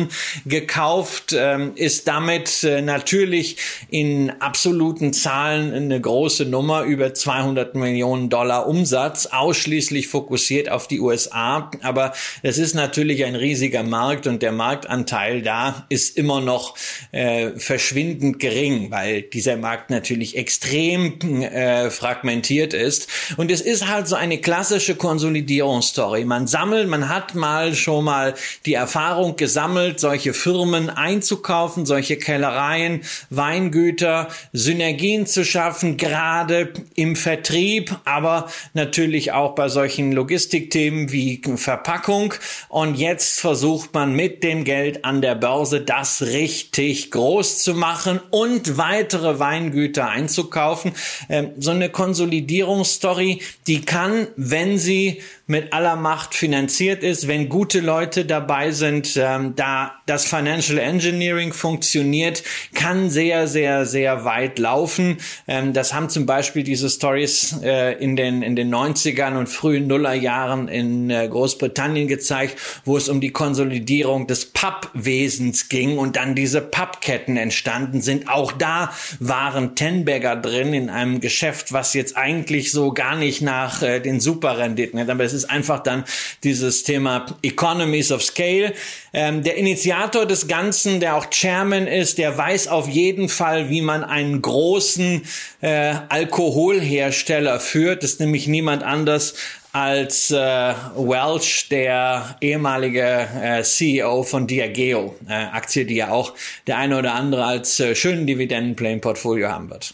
Speaker 3: gekauft, ähm, ist damit äh, natürlich in absoluten Zahlen eine große Nummer, über zweihundert Millionen Dollar Umsatz, ausschließlich fokussiert auf die U S A. Aber es ist natürlich ein riesiger Markt und der Marktanteil da ist immer noch äh, verschwindend gering, weil dieser Markt natürlich extrem äh, fragmentiert ist. Und es ist halt so eine klassische Konsolidierungsstory. Man sammelt, man hat mal schon mal die Erfahrung gesammelt, solche Firmen einzukaufen, solche Kellereien, Weingüter, Synergien zu schaffen, gerade im Vertrieb, aber natürlich auch bei solchen Logistikthemen wie Verpackung. Und jetzt versucht man mit dem Geld an der Börse das richtig groß zu machen und weitere Weingüter einzukaufen. Ähm, so eine Konsolidierungsstory, die kann, wenn sie mit aller Macht finanziert ist, wenn gute Leute dabei sind, ähm, da das Financial Engineering funktioniert, kann sehr, sehr, sehr weit laufen. Ähm, das haben zum Beispiel diese Stories äh, in den in den neunzigern und frühen Nullerjahren in äh, Großbritannien gezeigt, wo es um die Konsolidierung des Pubwesens ging und dann diese Pubketten entstanden sind. Auch da waren Ten-Bagger drin in einem Geschäft, was jetzt eigentlich so gar nicht nach äh, den Superrenditen hat, aber es ist einfach dann dieses Thema Economies of Scale. Ähm, der Initiator des Ganzen, der auch Chairman ist, der weiß auf jeden Fall, wie man einen großen äh, Alkoholhersteller führt. Das ist nämlich niemand anders als äh, Welch, der ehemalige äh, C E O von Diageo, äh, Aktie, die ja auch der eine oder andere als äh, schönen Dividendenplay im Portfolio haben wird.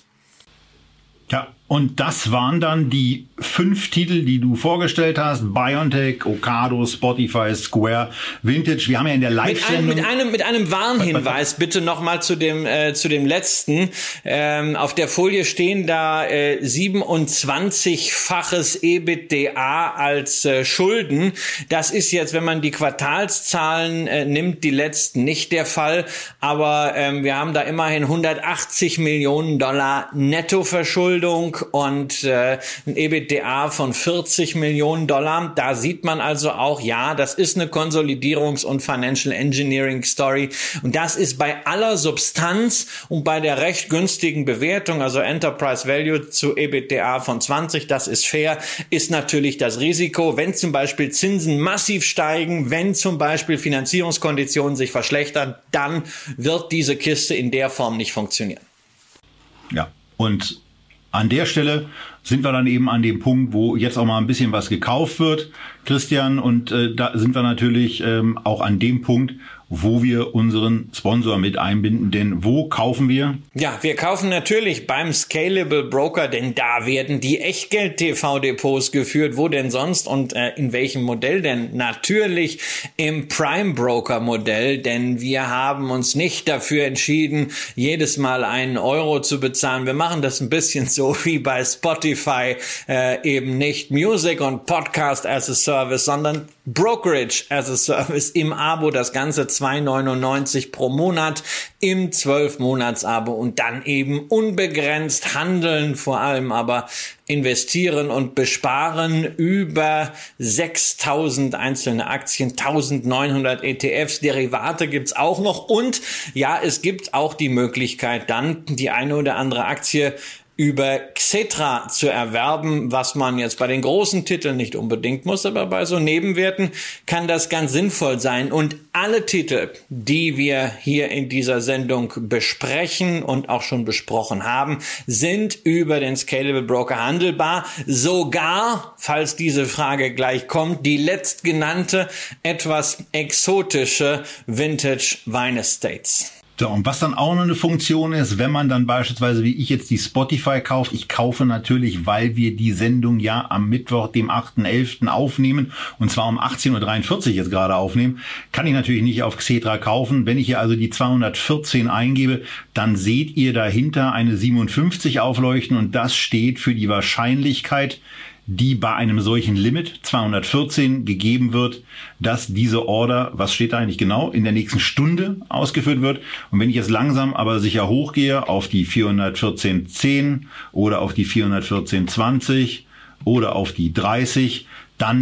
Speaker 2: Ja, und das waren dann die fünf Titel, die du vorgestellt hast. BioNTech, Ocado, Spotify, Square, Vintage. Wir haben ja in der Live-Sendung...
Speaker 3: Mit, ein, mit einem, mit einem Warnhinweis bitte nochmal zu dem, äh, zu dem letzten. Ähm, auf der Folie stehen da äh, siebenundzwanzigfaches EBITDA als äh, Schulden. Das ist jetzt, wenn man die Quartalszahlen äh, nimmt, die letzten nicht der Fall. Aber ähm, wir haben da immerhin hundertachtzig Millionen Dollar Nettoverschuldung und äh, ein EBITDA von vierzig Millionen Dollar. Da sieht man also auch, ja, das ist eine Konsolidierungs- und Financial Engineering Story. Und das ist bei aller Substanz und bei der recht günstigen Bewertung, also Enterprise Value zu EBITDA von zwanzig, das ist fair, ist natürlich das Risiko, wenn zum Beispiel Zinsen massiv steigen, wenn zum Beispiel Finanzierungskonditionen sich verschlechtern, dann wird diese Kiste in der Form nicht funktionieren.
Speaker 2: Ja, und an der Stelle sind wir dann eben an dem Punkt, wo jetzt auch mal ein bisschen was gekauft wird, Christian. Und äh, da sind wir natürlich ähm, auch an dem Punkt, wo wir unseren Sponsor mit einbinden. Denn wo kaufen wir?
Speaker 3: Ja, wir kaufen natürlich beim Scalable Broker, denn da werden die Echtgeld-T V-Depots geführt. Wo denn sonst und äh, in welchem Modell denn? Natürlich im Prime-Broker-Modell, denn wir haben uns nicht dafür entschieden, jedes Mal einen Euro zu bezahlen. Wir machen das ein bisschen so wie bei Spotify, äh, eben nicht Music und Podcast as a Service, sondern Brokerage as a Service im Abo, das Ganze zwei neunundneunzig pro Monat im zwölf-Monats-Abo und dann eben unbegrenzt handeln, vor allem aber investieren und besparen über sechstausend einzelne Aktien, eintausendneunhundert E T Fs, Derivate gibt's auch noch und ja, es gibt auch die Möglichkeit dann die eine oder andere Aktie über Xetra zu erwerben, was man jetzt bei den großen Titeln nicht unbedingt muss, aber bei so Nebenwerten kann das ganz sinnvoll sein. Und alle Titel, die wir hier in dieser Sendung besprechen und auch schon besprochen haben, sind über den Scalable Broker handelbar. Sogar, falls diese Frage gleich kommt, die letztgenannte, etwas exotische Vintage Wine Estates.
Speaker 2: So, und was dann auch noch eine Funktion ist, wenn man dann beispielsweise, wie ich jetzt die Spotify kauft, ich kaufe natürlich, weil wir die Sendung ja am Mittwoch, dem achten elften aufnehmen, und zwar um achtzehn Uhr dreiundvierzig jetzt gerade aufnehmen, kann ich natürlich nicht auf Xetra kaufen. Wenn ich hier also die zweihundertvierzehn eingebe, dann seht ihr dahinter eine siebenundfünfzig aufleuchten und das steht für die Wahrscheinlichkeit, die bei einem solchen Limit zweihundertvierzehn gegeben wird, dass diese Order, was steht da eigentlich genau, in der nächsten Stunde ausgeführt wird. Und wenn ich jetzt langsam aber sicher hochgehe auf die vierhundertvierzehn zehn oder auf die vierhundertvierzehn zwanzig oder auf die dreißig, dann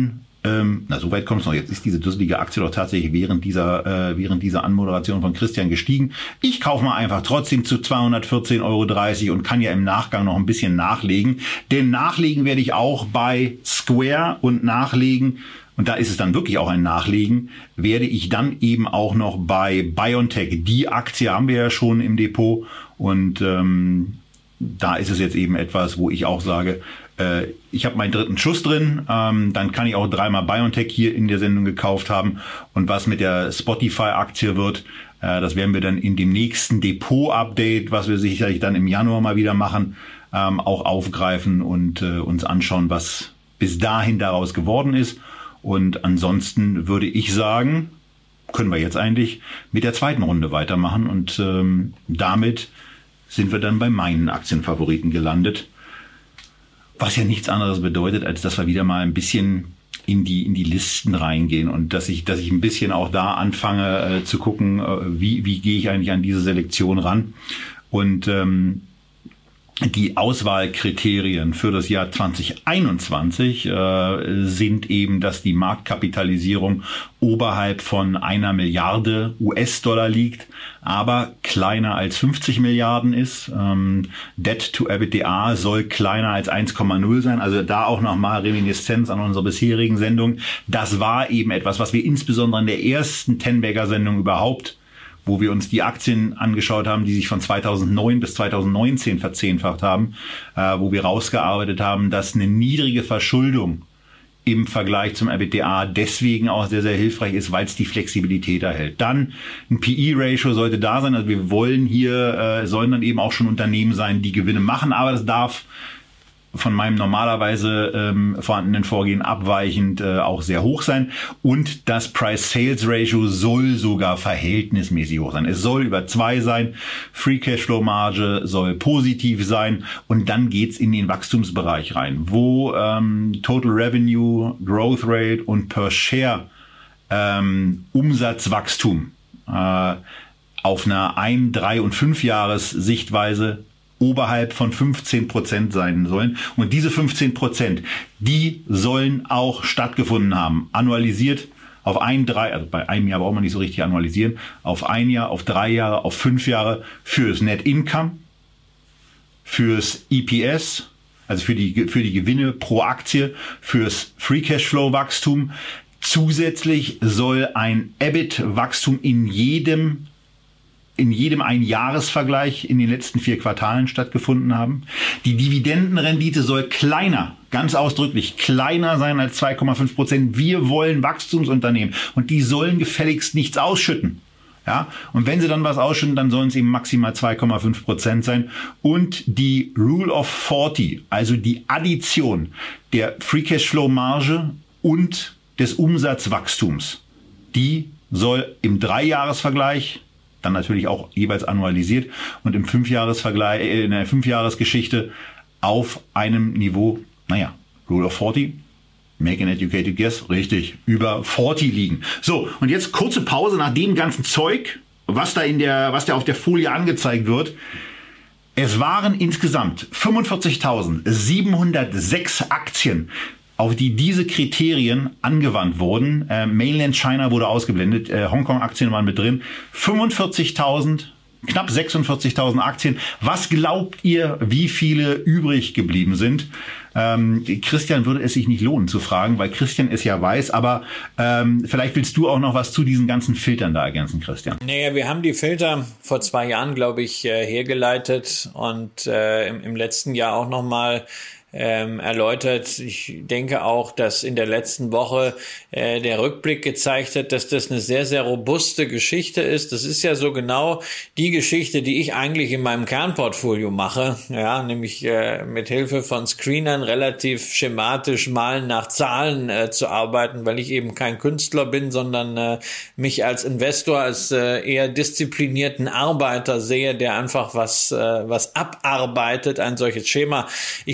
Speaker 2: Ähm, na, so weit kommt es noch. Jetzt ist diese dusselige Aktie doch tatsächlich während dieser äh, während dieser Anmoderation von Christian gestiegen. Ich kaufe mal einfach trotzdem zu zweihundertvierzehn Euro dreißig und kann ja im Nachgang noch ein bisschen nachlegen. Denn nachlegen werde ich auch bei Square und nachlegen, und da ist es dann wirklich auch ein Nachlegen, werde ich dann eben auch noch bei BioNTech. Die Aktie haben wir ja schon im Depot und ähm, da ist es jetzt eben etwas, wo ich auch sage, äh, ich habe meinen dritten Schuss drin, ähm, dann kann ich auch dreimal BioNTech hier in der Sendung gekauft haben. Und was mit der Spotify-Aktie wird, äh, das werden wir dann in dem nächsten Depot-Update, was wir sicherlich dann im Januar mal wieder machen, ähm, auch aufgreifen und äh, uns anschauen, was bis dahin daraus geworden ist. Und ansonsten würde ich sagen, können wir jetzt eigentlich mit der zweiten Runde weitermachen. Und ähm, damit sind wir dann bei meinen Aktienfavoriten gelandet. Was ja nichts anderes bedeutet, als dass wir wieder mal ein bisschen in die in die Listen reingehen und dass ich dass ich ein bisschen auch da anfange äh, zu gucken, äh, wie wie gehe ich eigentlich an diese Selektion ran. Und ähm, die Auswahlkriterien für das Jahr zwanzig einundzwanzig äh, sind eben, dass die Marktkapitalisierung oberhalb von einer Milliarde U S-Dollar liegt, aber kleiner als fünfzig Milliarden ist. Ähm, Debt to EBITDA soll kleiner als eins Komma null sein. Also da auch nochmal Reminiszenz an unsere bisherigen Sendungen. Das war eben etwas, was wir insbesondere in der ersten Ten-Bagger-Sendung überhaupt, wo wir uns die Aktien angeschaut haben, die sich von zweitausendneun bis zweitausendneunzehn verzehnfacht haben, äh, wo wir rausgearbeitet haben, dass eine niedrige Verschuldung im Vergleich zum EBITDA deswegen auch sehr, sehr hilfreich ist, weil es die Flexibilität erhält. Dann ein P E-Ratio sollte da sein. Also wir wollen hier, äh, sollen dann eben auch schon Unternehmen sein, die Gewinne machen, aber das darf von meinem normalerweise ähm, vorhandenen Vorgehen abweichend äh, auch sehr hoch sein. Und das Price-Sales-Ratio soll sogar verhältnismäßig hoch sein. Es soll über zwei sein. Free Cashflow-Marge soll positiv sein. Und dann geht's in den Wachstumsbereich rein, wo ähm, Total Revenue, Growth Rate und Per Share ähm, Umsatzwachstum äh, auf einer ein-, drei- und fünf Jahres Sichtweise oberhalb von fünfzehn Prozent sein sollen. Und diese fünfzehn Prozent, die sollen auch stattgefunden haben. Annualisiert auf ein, drei, also bei einem Jahr braucht man nicht so richtig annualisieren, auf ein Jahr, auf drei Jahre, auf fünf Jahre fürs Net Income, fürs E P S, also für die, für die Gewinne pro Aktie, fürs Free Cashflow Wachstum. Zusätzlich soll ein E B I T-Wachstum in jedem in jedem Einjahresvergleich in den letzten vier Quartalen stattgefunden haben. Die Dividendenrendite soll kleiner, ganz ausdrücklich kleiner sein als zwei Komma fünf Prozent. Wir wollen Wachstumsunternehmen und die sollen gefälligst nichts ausschütten. Ja, und wenn sie dann was ausschütten, dann sollen es eben maximal zwei Komma fünf Prozent sein. Und die Rule of vierzig, also die Addition der Free Cashflow Marge und des Umsatzwachstums, die soll im Dreijahresvergleich dann natürlich auch jeweils annualisiert und im Fünfjahresvergleich, in der Fünfjahresgeschichte auf einem Niveau, naja, Rule of vierzig, make an educated guess, richtig, über vierzig liegen. So, und jetzt kurze Pause nach dem ganzen Zeug, was da in der, was da auf der Folie angezeigt wird. Es waren insgesamt fünfundvierzigtausendsiebenhundertsechs Aktien, auf die diese Kriterien angewandt wurden. Äh, Mainland China wurde ausgeblendet, äh, Hongkong-Aktien waren mit drin. fünfundvierzigtausend, knapp sechsundvierzigtausend Aktien. Was glaubt ihr, wie viele übrig geblieben sind? Ähm, Christian würde es sich nicht lohnen zu fragen, weil Christian es ja weiß, aber ähm, vielleicht willst du auch noch was zu diesen ganzen Filtern da ergänzen, Christian.
Speaker 3: Naja, wir haben die Filter vor zwei Jahren, glaube ich, äh, hergeleitet und äh, im, im letzten Jahr auch nochmal Ähm, erläutert. Ich denke auch, dass in der letzten Woche äh, der Rückblick gezeigt hat, dass das eine sehr, sehr robuste Geschichte ist. Das ist ja so genau die Geschichte, die ich eigentlich in meinem Kernportfolio mache, ja, nämlich äh, mit Hilfe von Screenern relativ schematisch mal nach Zahlen äh, zu arbeiten, weil ich eben kein Künstler bin, sondern äh, mich als Investor, als äh, eher disziplinierten Arbeiter sehe, der einfach was, äh, was abarbeitet, ein solches Schema. Ich finde das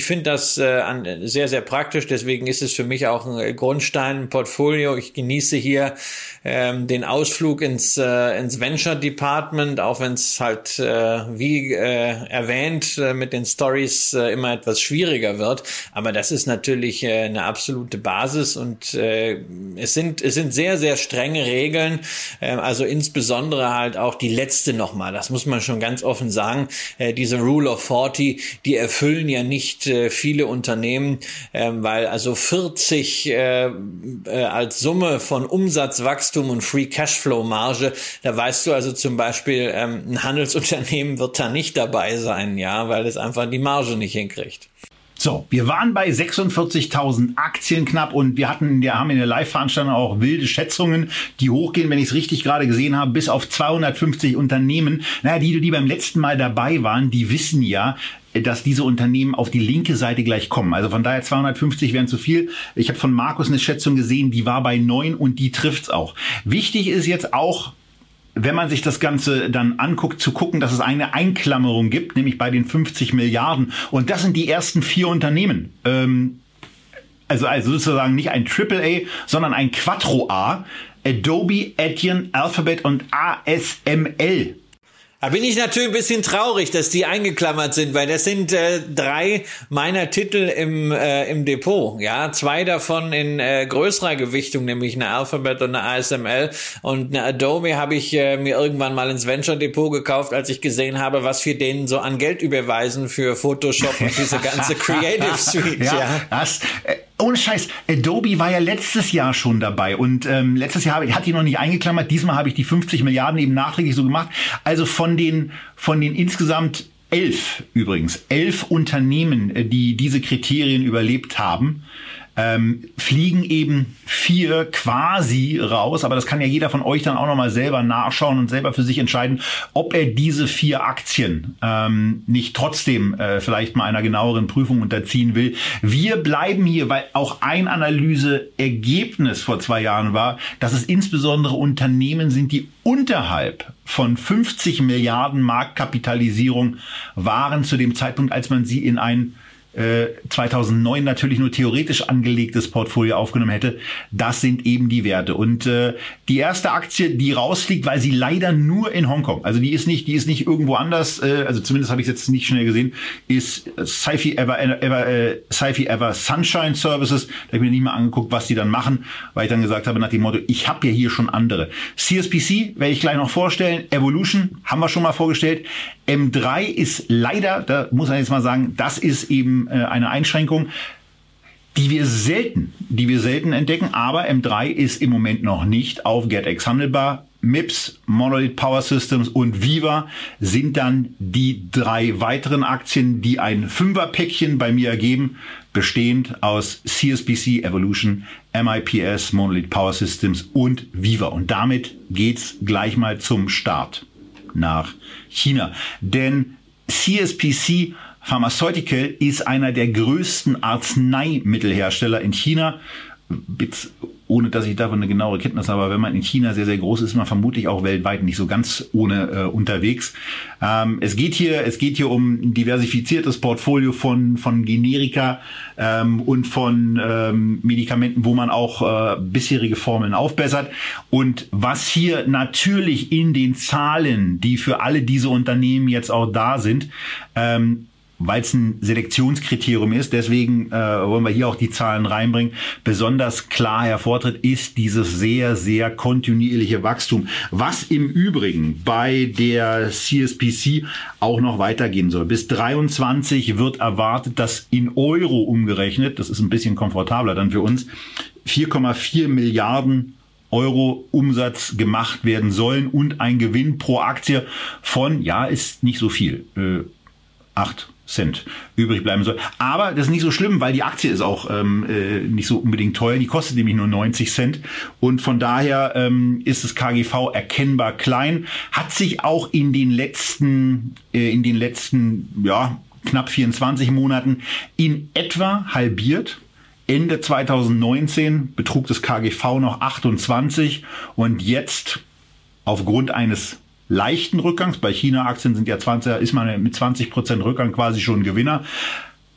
Speaker 3: das äh, an, sehr, sehr praktisch. Deswegen ist es für mich auch ein Grundstein-Portfolio. Ich genieße hier ähm, den Ausflug ins, äh, ins Venture Department, auch wenn es halt, äh, wie äh, erwähnt, äh, mit den Stories äh, immer etwas schwieriger wird. Aber das ist natürlich äh, eine absolute Basis und äh, es sind, es sind sehr, sehr strenge Regeln. Äh, also insbesondere halt auch die letzte nochmal. Das muss man schon ganz offen sagen. Äh, diese Rule of forty, die erfüllen ja nicht äh, viele Unternehmen, äh, weil also vierzig äh, äh, als Summe von Umsatzwachstum und Free Cashflow Marge, da weißt du also zum Beispiel, ähm, ein Handelsunternehmen wird da nicht dabei sein, ja, weil es einfach die Marge nicht hinkriegt.
Speaker 2: So, wir waren bei sechsundvierzigtausend Aktien knapp und wir hatten, wir haben in der Live-Veranstaltung auch wilde Schätzungen, die hochgehen, wenn ich es richtig gerade gesehen habe, bis auf zweihundertfünfzig Unternehmen. Naja, die, die beim letzten Mal dabei waren, die wissen ja, dass diese Unternehmen auf die linke Seite gleich kommen. Also von daher zweihundertfünfzig wären zu viel. Ich habe von Markus eine Schätzung gesehen, die war bei neun und die trifft's auch. Wichtig ist jetzt auch, wenn man sich das Ganze dann anguckt, zu gucken, dass es eine Einklammerung gibt, nämlich bei den fünfzig Milliarden. Und das sind die ersten vier Unternehmen. Ähm, also, also sozusagen nicht ein Triple A, sondern ein Quattro A. Adobe, Adyen, Alphabet und A S M L.
Speaker 3: Da bin ich natürlich ein bisschen traurig, dass die eingeklammert sind, weil das sind äh, drei meiner Titel im äh, im Depot. Ja, zwei davon in äh, größerer Gewichtung, nämlich eine Alphabet und eine A S M L. Und eine Adobe habe ich äh, mir irgendwann mal ins Venture Depot gekauft, als ich gesehen habe, was wir denen so an Geld überweisen für Photoshop und diese ganze Creative Suite.
Speaker 2: Ja,
Speaker 3: ja.
Speaker 2: das... Äh Ohne Scheiß, Adobe war ja letztes Jahr schon dabei und ähm, letztes Jahr habe ich, hatte ich noch nicht eingeklammert, diesmal habe ich die fünfzig Milliarden eben nachträglich so gemacht. Also von den von den insgesamt elf übrigens, elf Unternehmen, die diese Kriterien überlebt haben, ähm, fliegen eben vier quasi raus, aber das kann ja jeder von euch dann auch nochmal selber nachschauen und selber für sich entscheiden, ob er diese vier Aktien ähm, nicht trotzdem äh, vielleicht mal einer genaueren Prüfung unterziehen will. Wir bleiben hier, weil auch ein Analyseergebnis vor zwei Jahren war, dass es insbesondere Unternehmen sind, die unterhalb von fünfzig Milliarden Marktkapitalisierung waren zu dem Zeitpunkt, als man sie in ein zweitausendneun natürlich nur theoretisch angelegtes Portfolio aufgenommen hätte. Das sind eben die Werte. Und äh, die erste Aktie, die rausfliegt, weil sie leider nur in Hongkong, also die ist nicht, die ist nicht irgendwo anders, äh, also zumindest habe ich es jetzt nicht schnell gesehen, ist Sci-Fi Ever, Ever, äh, Sci-Fi Ever Sunshine Services. Da habe ich mir nicht mal angeguckt, was die dann machen, weil ich dann gesagt habe nach dem Motto, ich habe ja hier schon andere. C S P C werde ich gleich noch vorstellen. Evolution haben wir schon mal vorgestellt. M drei ist leider, da muss man jetzt mal sagen, das ist eben eine Einschränkung, die wir selten, die wir selten entdecken, aber M drei ist im Moment noch nicht auf GetX handelbar. M I P S, Monolith Power Systems und Viva sind dann die drei weiteren Aktien, die ein Fünferpäckchen bei mir ergeben, bestehend aus C S P C, Evolution, M I P S, Monolith Power Systems und Viva. Und damit geht's gleich mal zum Start nach China. Denn C S P C Pharmaceutical ist einer der größten Arzneimittelhersteller in China. Jetzt, ohne dass ich davon eine genauere Kenntnis habe, aber wenn man in China sehr, sehr groß ist, ist man vermutlich auch weltweit nicht so ganz ohne äh, unterwegs. Ähm, es geht hier, es geht hier um ein diversifiziertes Portfolio von, von Generika ähm, und von ähm, Medikamenten, wo man auch äh, bisherige Formeln aufbessert. Und was hier natürlich in den Zahlen, die für alle diese Unternehmen jetzt auch da sind, ähm, weil es ein Selektionskriterium ist, deswegen äh, wollen wir hier auch die Zahlen reinbringen, besonders klar hervortritt, ist dieses sehr, sehr kontinuierliche Wachstum, was im Übrigen bei der C S P C auch noch weitergehen soll. Bis dreiundzwanzig wird erwartet, dass in Euro umgerechnet, das ist ein bisschen komfortabler dann für uns, vier Komma vier Milliarden Euro Umsatz gemacht werden sollen und ein Gewinn pro Aktie von, ja, ist nicht so viel, äh, acht Cent übrig bleiben soll. Aber das ist nicht so schlimm, weil die Aktie ist auch ähm, äh, nicht so unbedingt teuer. Die kostet nämlich nur neunzig Cent. Und von daher ähm, ist das K G V erkennbar klein. Hat sich auch in den letzten, äh, in den letzten, ja, knapp vierundzwanzig Monaten in etwa halbiert. Ende zweitausendneunzehn betrug das K G V noch achtundzwanzig und jetzt aufgrund eines leichten Rückgangs, bei China-Aktien sind ja zwanzig, ist man mit zwanzig Prozent Rückgang quasi schon Gewinner,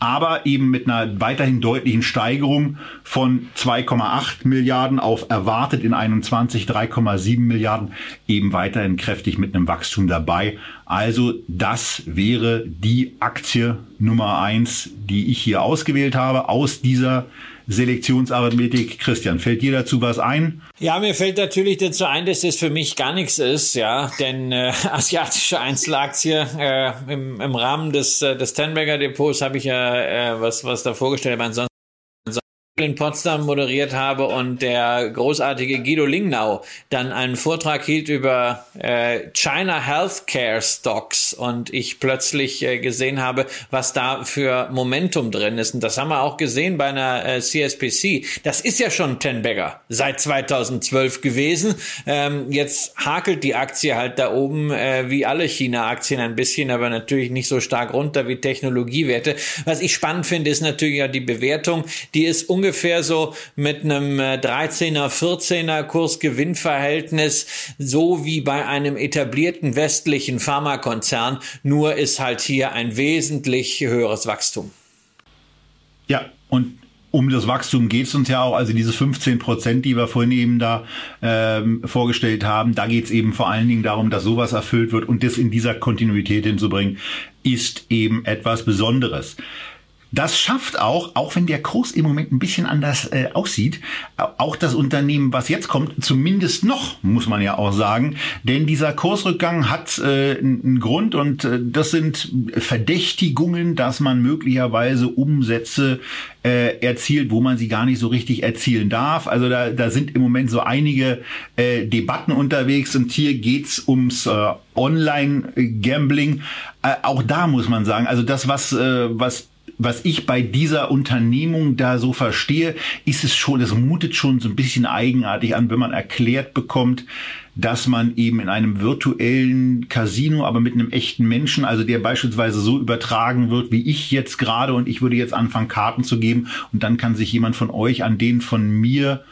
Speaker 2: aber eben mit einer weiterhin deutlichen Steigerung von zwei Komma acht Milliarden auf erwartet in einundzwanzig drei Komma sieben Milliarden, eben weiterhin kräftig mit einem Wachstum dabei. Also das wäre die Aktie Nummer eins, die ich hier ausgewählt habe aus dieser Selektionsarithmetik. Christian, fällt dir dazu was ein?
Speaker 3: Ja, mir fällt natürlich dazu ein, dass das für mich gar nichts ist, ja, denn äh, asiatische Einzelaktie äh, im, im Rahmen des äh, des Tenberger Depots habe ich ja äh, was was da vorgestellt, aber ansonsten in Potsdam moderiert habe und der großartige Guido Lingnau dann einen Vortrag hielt über äh, China Healthcare Stocks und ich plötzlich äh, gesehen habe, was da für Momentum drin ist. Und das haben wir auch gesehen bei einer äh, C S P C. Das ist ja schon Tenbagger seit zweitausendzwölf gewesen. Ähm, jetzt hakelt die Aktie halt da oben äh, wie alle China-Aktien ein bisschen, aber natürlich nicht so stark runter wie Technologiewerte. Was ich spannend finde, ist natürlich ja die Bewertung. Die ist ungefähr so mit einem dreizehner, vierzehner Kurs-Gewinn-Verhältnis, so wie bei einem etablierten westlichen Pharmakonzern, nur ist halt hier ein wesentlich höheres Wachstum.
Speaker 2: Ja, und um das Wachstum geht es uns ja auch, also diese fünfzehn Prozent, die wir vorhin eben da ähm, vorgestellt haben, da geht es eben vor allen Dingen darum, dass sowas erfüllt wird und das in dieser Kontinuität hinzubringen, ist eben etwas Besonderes. Das schafft auch, auch wenn der Kurs im Moment ein bisschen anders äh, aussieht, auch das Unternehmen, was jetzt kommt, zumindest noch, muss man ja auch sagen. Denn dieser Kursrückgang hat äh, einen Grund und äh, das sind Verdächtigungen, dass man möglicherweise Umsätze äh, erzielt, wo man sie gar nicht so richtig erzielen darf. Also da, da sind im Moment so einige äh, Debatten unterwegs und hier geht's ums äh, Online-Gambling. Äh, auch da muss man sagen, also das, was, äh, was Was ich bei dieser Unternehmung da so verstehe, ist es schon, es mutet schon so ein bisschen eigenartig an, wenn man erklärt bekommt, dass man eben in einem virtuellen Casino, aber mit einem echten Menschen, also der beispielsweise so übertragen wird, wie ich jetzt gerade, und ich würde jetzt anfangen, Karten zu geben, und dann kann sich jemand von euch an den von mir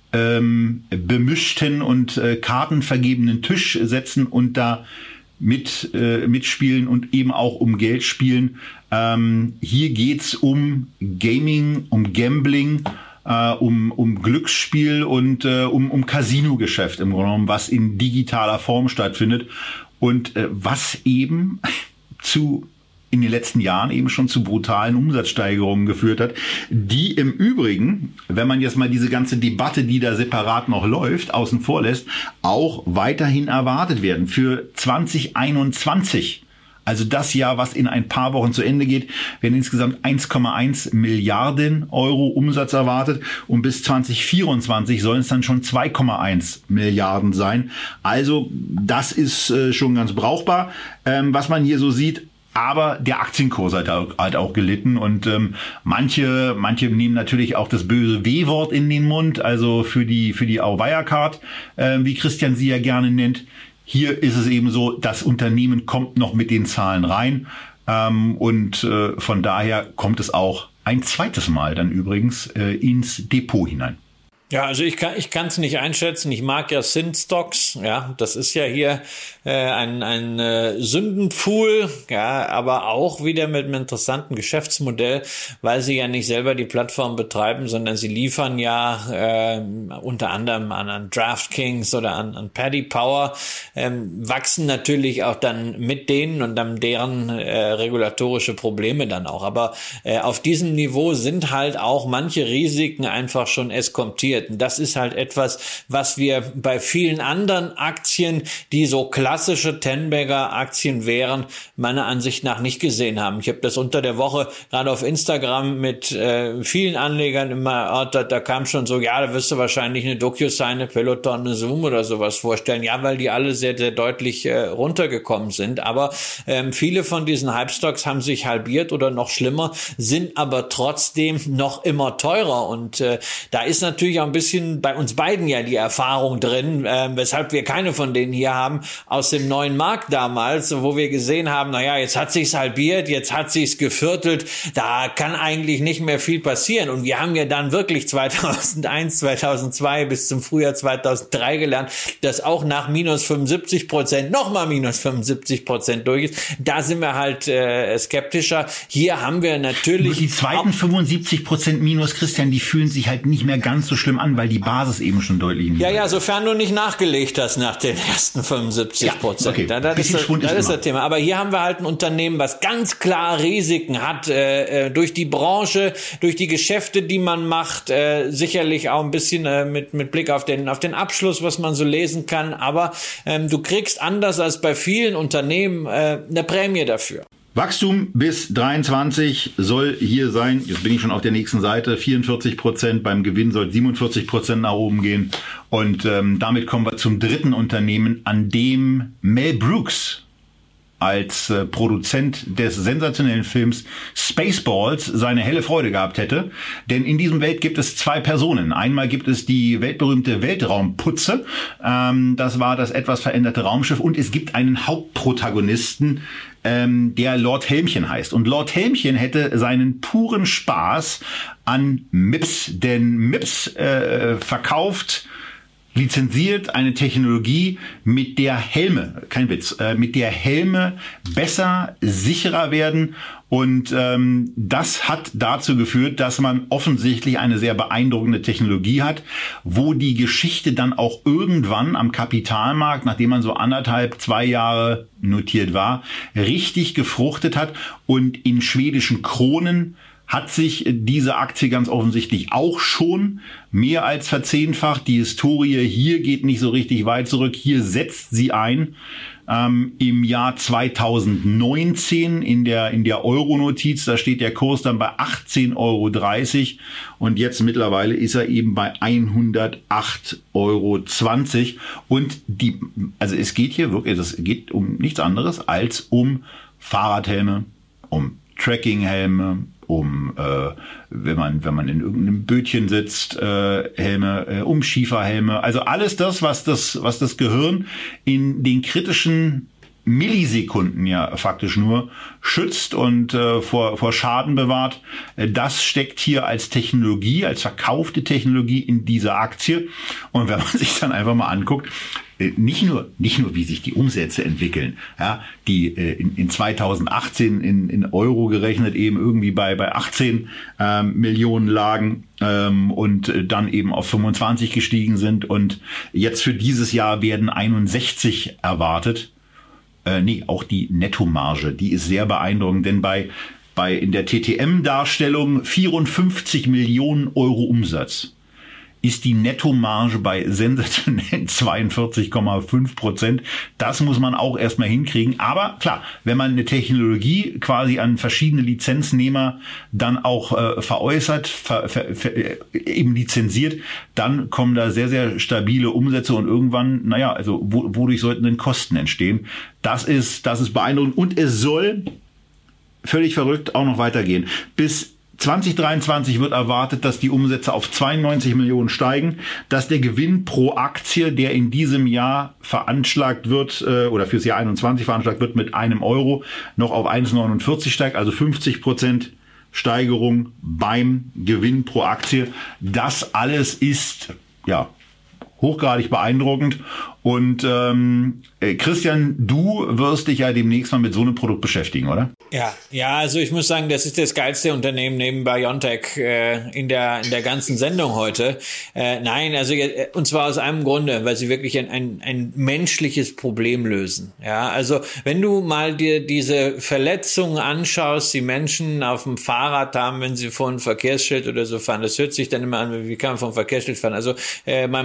Speaker 2: ähm, bemischten und äh, Karten vergebenen Tisch setzen und da mit äh, mitspielen und eben auch um Geld spielen. Ähm, hier geht's um Gaming, um Gambling, äh, um um Glücksspiel und äh, um um Casino-Geschäft im Grunde genommen, was in digitaler Form stattfindet und äh, was eben zu in den letzten Jahren eben schon zu brutalen Umsatzsteigerungen geführt hat, die im Übrigen, wenn man jetzt mal diese ganze Debatte, die da separat noch läuft, außen vor lässt, auch weiterhin erwartet werden für zwanzig einundzwanzig. Also das Jahr, was in ein paar Wochen zu Ende geht, werden insgesamt eins Komma eins Milliarden Euro Umsatz erwartet und bis zwanzig vierundzwanzig sollen es dann schon zwei Komma eins Milliarden sein. Also das ist äh, schon ganz brauchbar, ähm, was man hier so sieht. Aber der Aktienkurs hat auch, hat auch gelitten und ähm, manche manche nehmen natürlich auch das böse W-Wort in den Mund, also für die für die Wirecard, äh, wie Christian sie ja gerne nennt. Hier ist es eben so, das Unternehmen kommt noch mit den Zahlen rein ähm, und äh, von daher kommt es auch ein zweites Mal dann übrigens äh, ins Depot hinein.
Speaker 3: Ja, also ich kann ich kann es nicht einschätzen. Ich mag ja Synstocks, ja, das ist ja hier äh, ein ein äh, Sündenpfuhl, ja, aber auch wieder mit einem interessanten Geschäftsmodell, weil sie ja nicht selber die Plattform betreiben, sondern sie liefern ja äh, unter anderem an, an DraftKings oder an, an Paddy Power, ähm, wachsen natürlich auch dann mit denen und dann deren äh, regulatorische Probleme dann auch. Aber äh, auf diesem Niveau sind halt auch manche Risiken einfach schon eskontiert. Das ist halt etwas, was wir bei vielen anderen Aktien, die so klassische Tenbagger Aktien wären, meiner Ansicht nach nicht gesehen haben. Ich habe das unter der Woche gerade auf Instagram mit äh, vielen Anlegern immer erörtert. Da kam schon so, ja, da wirst du wahrscheinlich eine DocuSign, eine Peloton, eine Zoom oder sowas vorstellen. Ja, weil die alle sehr, sehr deutlich äh, runtergekommen sind. Aber ähm, viele von diesen Hype-Stocks haben sich halbiert oder noch schlimmer, sind aber trotzdem noch immer teurer. Und äh, da ist natürlich auch ein ein bisschen bei uns beiden ja die Erfahrung drin, äh, weshalb wir keine von denen hier haben, aus dem neuen Markt damals, wo wir gesehen haben, naja, jetzt hat sich's halbiert, jetzt hat sich's geviertelt, da kann eigentlich nicht mehr viel passieren. Und wir haben ja dann wirklich zweitausendeins, zweitausendzwei bis zum Frühjahr zweitausenddrei gelernt, dass auch nach minus fünfundsiebzig Prozent nochmal minus fünfundsiebzig Prozent durch ist. Da sind wir halt äh, skeptischer. Hier haben wir natürlich...
Speaker 2: Nur die zweiten fünfundsiebzig Prozent minus, Christian, die fühlen sich halt nicht mehr ganz so schlimm an, weil die Basis eben schon deutlich niedriger
Speaker 3: ist. Ja, ja, sofern du nicht nachgelegt hast nach den ersten fünfundsiebzig Prozent. Ja, okay. Da, das ist, das, das ist das Thema. Aber hier haben wir halt ein Unternehmen, was ganz klar Risiken hat, äh, durch die Branche, durch die Geschäfte, die man macht, äh, sicherlich auch ein bisschen äh, mit, mit Blick auf den, auf den Abschluss, was man so lesen kann. Aber ähm, du kriegst anders als bei vielen Unternehmen äh, eine Prämie dafür.
Speaker 2: Wachstum bis dreiundzwanzig soll hier sein. Jetzt bin ich schon auf der nächsten Seite. vierundvierzig Prozent, beim Gewinn soll siebenundvierzig Prozent nach oben gehen. Und ähm, damit kommen wir zum dritten Unternehmen, an dem Mel Brooks als äh, Produzent des sensationellen Films Spaceballs seine helle Freude gehabt hätte. Denn in diesem Welt gibt es zwei Personen. Einmal gibt es die weltberühmte Weltraumputze. Ähm, das war das etwas veränderte Raumschiff. Und es gibt einen Hauptprotagonisten, ähm, der Lord Helmchen heißt. Und Lord Helmchen hätte seinen puren Spaß an M I P S. Denn M I P S äh, verkauft... lizenziert eine Technologie, mit der Helme, kein Witz, äh, mit der Helme besser, sicherer werden. Und ähm, das hat dazu geführt, dass man offensichtlich eine sehr beeindruckende Technologie hat, wo die Geschichte dann auch irgendwann am Kapitalmarkt, nachdem man so anderthalb, zwei Jahre notiert war, richtig gefruchtet hat und in schwedischen Kronen hat sich diese Aktie ganz offensichtlich auch schon mehr als verzehnfacht. Die Historie hier geht nicht so richtig weit zurück. Hier setzt sie ein. Ähm, im Jahr zweitausendneunzehn in der, in der Euro-Notiz, da steht der Kurs dann bei achtzehn Euro dreißig und jetzt mittlerweile ist er eben bei hundertacht Euro zwanzig und die, also es geht hier wirklich, es geht um nichts anderes als um Fahrradhelme, um Trekkinghelme, um, äh, wenn man wenn man in irgendeinem Bötchen sitzt, äh, Helme, äh, um Schieferhelme, also alles das, was das was das Gehirn in den kritischen Millisekunden ja faktisch nur schützt und äh, vor vor Schaden bewahrt, äh, das steckt hier als Technologie, als verkaufte Technologie in dieser Aktie. Und wenn man sich dann einfach mal anguckt, nicht nur, nicht nur, wie sich die Umsätze entwickeln, ja, die äh, in, in zweitausendachtzehn in, in Euro gerechnet eben irgendwie bei, bei achtzehn ähm, Millionen lagen ähm, und äh, dann eben auf fünfundzwanzig gestiegen sind und jetzt für dieses Jahr werden einundsechzig erwartet. Äh, nee, auch die Nettomarge, die ist sehr beeindruckend, denn bei, bei in der T T M-Darstellung vierundfünfzig Millionen Euro Umsatz ist die Nettomarge bei sensationellen zweiundvierzig Komma fünf Prozent. Das muss man auch erstmal hinkriegen. Aber klar, wenn man eine Technologie quasi an verschiedene Lizenznehmer dann auch äh, veräußert, ver, ver, ver, eben lizenziert, dann kommen da sehr, sehr stabile Umsätze und irgendwann, naja, also wo, wodurch sollten denn Kosten entstehen? Das ist, das ist beeindruckend und es soll völlig verrückt auch noch weitergehen. Bis zwanzig dreiundzwanzig wird erwartet, dass die Umsätze auf zweiundneunzig Millionen steigen, dass der Gewinn pro Aktie, der in diesem Jahr veranschlagt wird, oder fürs Jahr einundzwanzig veranschlagt wird, mit einem Euro noch auf eins Komma neunundvierzig steigt, also fünfzig Prozent Steigerung beim Gewinn pro Aktie. Das alles ist, ja, hochgradig beeindruckend. Und ähm, Christian, du wirst dich ja demnächst mal mit so einem Produkt beschäftigen, oder?
Speaker 3: Ja, ja, also ich muss sagen, das ist das geilste Unternehmen neben BioNTech äh, in der in der ganzen Sendung heute. Äh, nein, also äh, und zwar aus einem Grunde, weil sie wirklich ein, ein ein menschliches Problem lösen. Ja, also wenn du mal dir diese Verletzungen anschaust, die Menschen auf dem Fahrrad haben, wenn sie vor einem Verkehrsschild oder so fahren, das hört sich dann immer an, wie kann man vom Verkehrsschild fahren? Also äh, mein Mathelehrer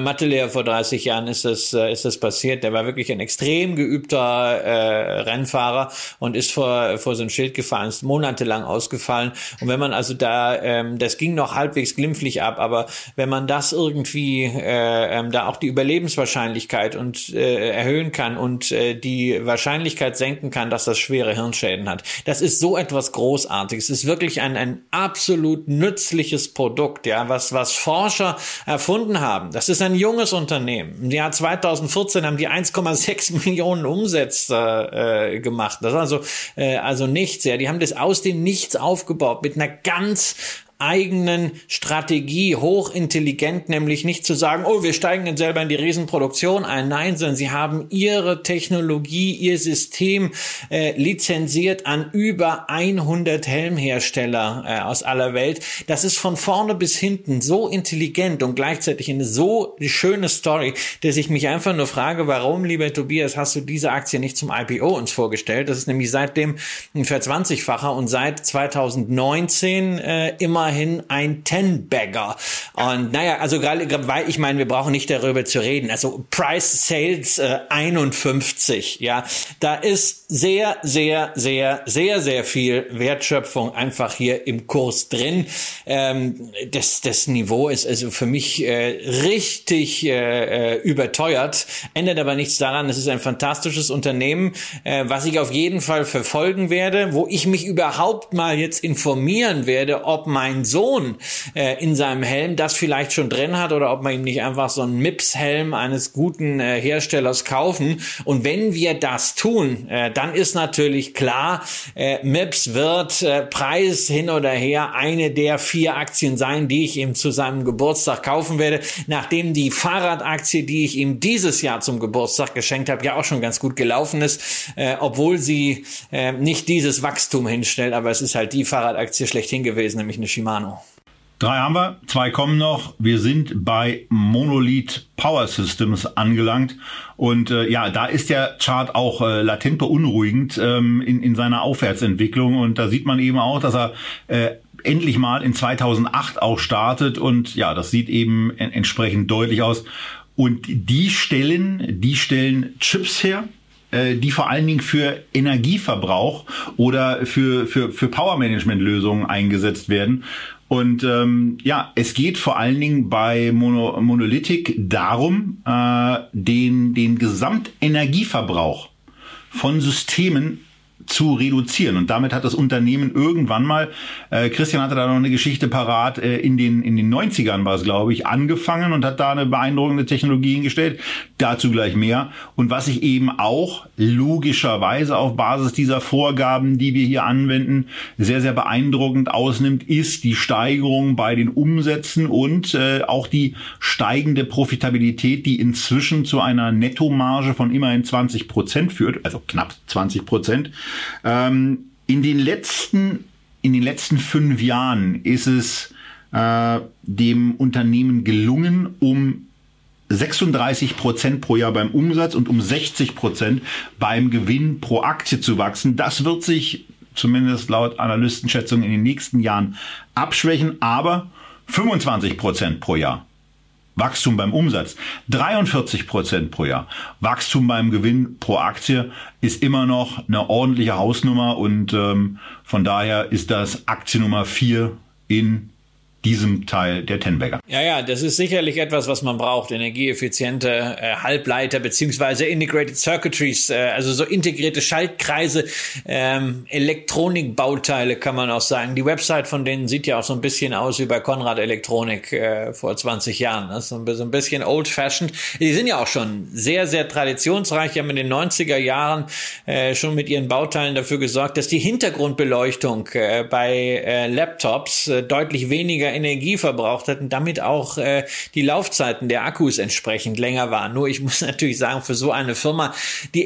Speaker 3: ungefähr vor dreißig Jahren ist das, äh, ist das passiert. Der war wirklich ein extrem geübter äh, Rennfahrer und ist vor, vor so ein Schild gefahren, ist monatelang ausgefallen. Und wenn man also da, ähm, das ging noch halbwegs glimpflich ab, aber wenn man das irgendwie, äh, ähm, da auch die Überlebenswahrscheinlichkeit und äh, erhöhen kann und äh, die Wahrscheinlichkeit senken kann, dass das schwere Hirnschäden hat. Das ist so etwas Großartiges. Es ist wirklich ein, ein absolut nützliches Produkt, ja, was, was Forscher erfunden haben. Das ist ein junges Unternehmen. Im Jahr zweitausendvierzehn haben die eins Komma sechs Millionen Umsätze äh, gemacht. Das ist also, äh, also nichts, ja. Die haben das aus dem Nichts aufgebaut mit einer ganz eigenen Strategie, hochintelligent, nämlich nicht zu sagen, oh, wir steigen jetzt selber in die Riesenproduktion ein. Nein, sondern sie haben ihre Technologie, ihr System äh, lizenziert an über hundert Helmhersteller äh, aus aller Welt. Das ist von vorne bis hinten so intelligent und gleichzeitig eine so schöne Story, dass ich mich einfach nur frage, warum, lieber Tobias, hast du diese Aktie nicht zum I P O uns vorgestellt? Das ist nämlich seitdem ein Verzwanzigfacher und seit zweitausendneunzehn äh, immer immerhin ein Ten-Bagger. Und naja, also gerade, weil ich meine, wir brauchen nicht darüber zu reden. Also Price Sales äh, einundfünfzig, ja, da ist sehr, sehr, sehr, sehr, sehr viel Wertschöpfung einfach hier im Kurs drin. Ähm, das, das Niveau ist also für mich äh, richtig äh, überteuert, ändert aber nichts daran. Es ist ein fantastisches Unternehmen, äh, was ich auf jeden Fall verfolgen werde, wo ich mich überhaupt mal jetzt informieren werde, ob mein Sohn äh, in seinem Helm das vielleicht schon drin hat oder ob man ihm nicht einfach so einen M I P S-Helm eines guten äh, Herstellers kaufen. Und wenn wir das tun, äh, dann ist natürlich klar, äh, M I P S wird äh, Preis hin oder her eine der vier Aktien sein, die ich ihm zu seinem Geburtstag kaufen werde, nachdem die Fahrradaktie, die ich ihm dieses Jahr zum Geburtstag geschenkt habe, ja auch schon ganz gut gelaufen ist, äh, obwohl sie äh, nicht dieses Wachstum hinstellt, aber es ist halt die Fahrradaktie schlechthin gewesen, nämlich eine Shimano.
Speaker 2: Drei haben wir, zwei kommen noch. Wir sind bei Monolith Power Systems angelangt. Und äh, ja, da ist der Chart auch äh, latent beunruhigend ähm, in, in seiner Aufwärtsentwicklung. Und da sieht man eben auch, dass er äh, endlich mal in zweitausendacht auch startet. Und ja, das sieht eben en- entsprechend deutlich aus. Und die stellen, die stellen Chips her, die vor allen Dingen für Energieverbrauch oder für für für Power-Management-Lösungen eingesetzt werden. Und ähm, ja, es geht vor allen Dingen bei Mono, Monolithic darum, äh, den den Gesamtenergieverbrauch von Systemen zu reduzieren. Und damit hat das Unternehmen irgendwann mal, äh, Christian hatte da noch eine Geschichte parat, äh, in den in den neunzigern war es, glaube ich, angefangen und hat da eine beeindruckende Technologie hingestellt. Dazu gleich mehr. Und was sich eben auch logischerweise auf Basis dieser Vorgaben, die wir hier anwenden, sehr, sehr beeindruckend ausnimmt, ist die Steigerung bei den Umsätzen und äh, auch die steigende Profitabilität, die inzwischen zu einer Nettomarge von immerhin zwanzig Prozent führt, also knapp zwanzig Prozent. Ähm, in den letzten, in den letzten fünf Jahren ist es äh, dem Unternehmen gelungen, um sechsunddreißig Prozent pro Jahr beim Umsatz und um sechzig Prozent beim Gewinn pro Aktie zu wachsen. Das wird sich zumindest laut Analystenschätzungen in den nächsten Jahren abschwächen, aber fünfundzwanzig Prozent pro Jahr Wachstum beim Umsatz, dreiundvierzig Prozent pro Jahr Wachstum beim Gewinn pro Aktie ist immer noch eine ordentliche Hausnummer und ähm, von daher ist das Aktie Nummer vier in diesem Teil der Ten-Bagger.
Speaker 3: Ja, ja, das ist sicherlich etwas, was man braucht. Energieeffiziente äh, Halbleiter beziehungsweise Integrated Circuitries, äh, also so integrierte Schaltkreise, ähm, Elektronikbauteile kann man auch sagen. Die Website von denen sieht ja auch so ein bisschen aus wie bei Konrad Elektronik äh, vor zwanzig Jahren. Das ist so ein, so ein bisschen old-fashioned. Die sind ja auch schon sehr, sehr traditionsreich. Die haben in den neunziger Jahren äh, schon mit ihren Bauteilen dafür gesorgt, dass die Hintergrundbeleuchtung äh, bei äh, Laptops äh, deutlich weniger Energie verbraucht hat und damit auch äh, die Laufzeiten der Akkus entsprechend länger waren. Nur ich muss natürlich sagen, für so eine Firma, die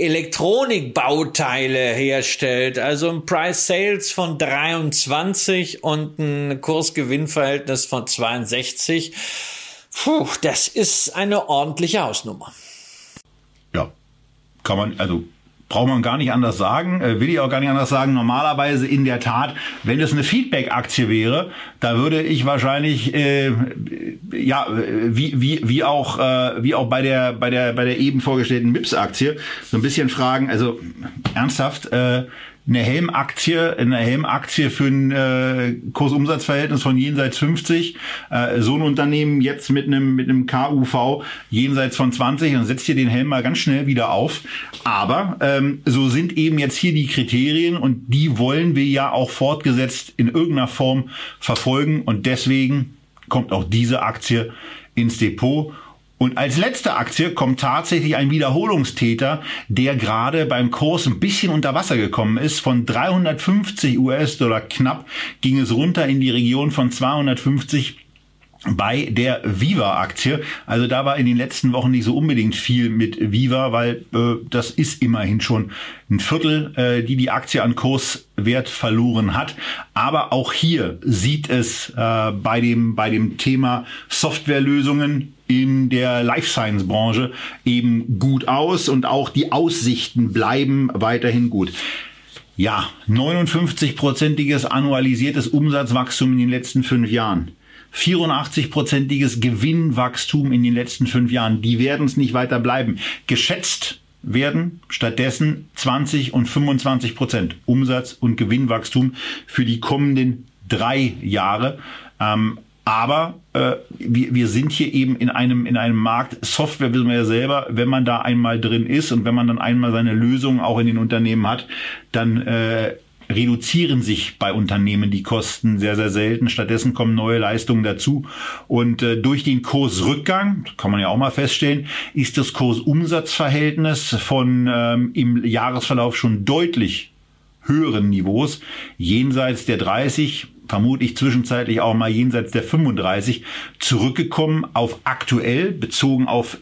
Speaker 3: Elektronikbauteile herstellt, also ein Price Sales von dreiundzwanzig und ein Kurs-Gewinn-Verhältnis von zweiundsechzig, puh, das ist eine ordentliche Hausnummer.
Speaker 2: Ja, kann man, also braucht man gar nicht anders sagen, äh, will ich auch gar nicht anders sagen. Normalerweise in der Tat, wenn es eine Feedback-Aktie wäre, da würde ich wahrscheinlich äh, ja wie wie wie auch äh, wie auch bei der bei der bei der eben vorgestellten M I P S-Aktie so ein bisschen fragen. Also ernsthaft. Äh, Eine Helm-Aktie, eine Helm-Aktie für ein äh, Kursumsatzverhältnis von jenseits fünfzig, äh, so ein Unternehmen jetzt mit einem mit einem K U V jenseits von zwanzig, dann setzt ihr den Helm mal ganz schnell wieder auf. Aber ähm, so sind eben jetzt hier die Kriterien und die wollen wir ja auch fortgesetzt in irgendeiner Form verfolgen und deswegen kommt auch diese Aktie ins Depot. Und als letzte Aktie kommt tatsächlich ein Wiederholungstäter, der gerade beim Kurs ein bisschen unter Wasser gekommen ist. Von dreihundertfünfzig US-Dollar knapp ging es runter in die Region von zweihundertfünfzig bei der Viva-Aktie. Also da war in den letzten Wochen nicht so unbedingt viel mit Viva, weil äh, das ist immerhin schon ein Viertel, äh, die die Aktie an Kurswert verloren hat. Aber auch hier sieht es äh, bei dem bei dem Thema Softwarelösungen in der Life Science Branche eben gut aus und auch die Aussichten bleiben weiterhin gut. Ja, neunundfünfzig-prozentiges annualisiertes Umsatzwachstum in den letzten fünf Jahren. vierundachtzig-prozentiges Gewinnwachstum in den letzten fünf Jahren. Die werden es nicht weiter bleiben. Geschätzt werden stattdessen zwanzig und fünfundzwanzig Prozent Umsatz- und Gewinnwachstum für die kommenden drei Jahre. Ähm, Aber äh, wir, wir sind hier eben in einem in einem Markt, Software wissen wir ja selber, wenn man da einmal drin ist und wenn man dann einmal seine Lösungen auch in den Unternehmen hat, dann äh, reduzieren sich bei Unternehmen die Kosten sehr, sehr selten. Stattdessen kommen neue Leistungen dazu. Und äh, durch den Kursrückgang, kann man ja auch mal feststellen, ist das Kursumsatzverhältnis von ähm, im Jahresverlauf schon deutlich höheren Niveaus, jenseits der dreißig, vermutlich zwischenzeitlich auch mal jenseits der fünfunddreißig, zurückgekommen auf aktuell, bezogen auf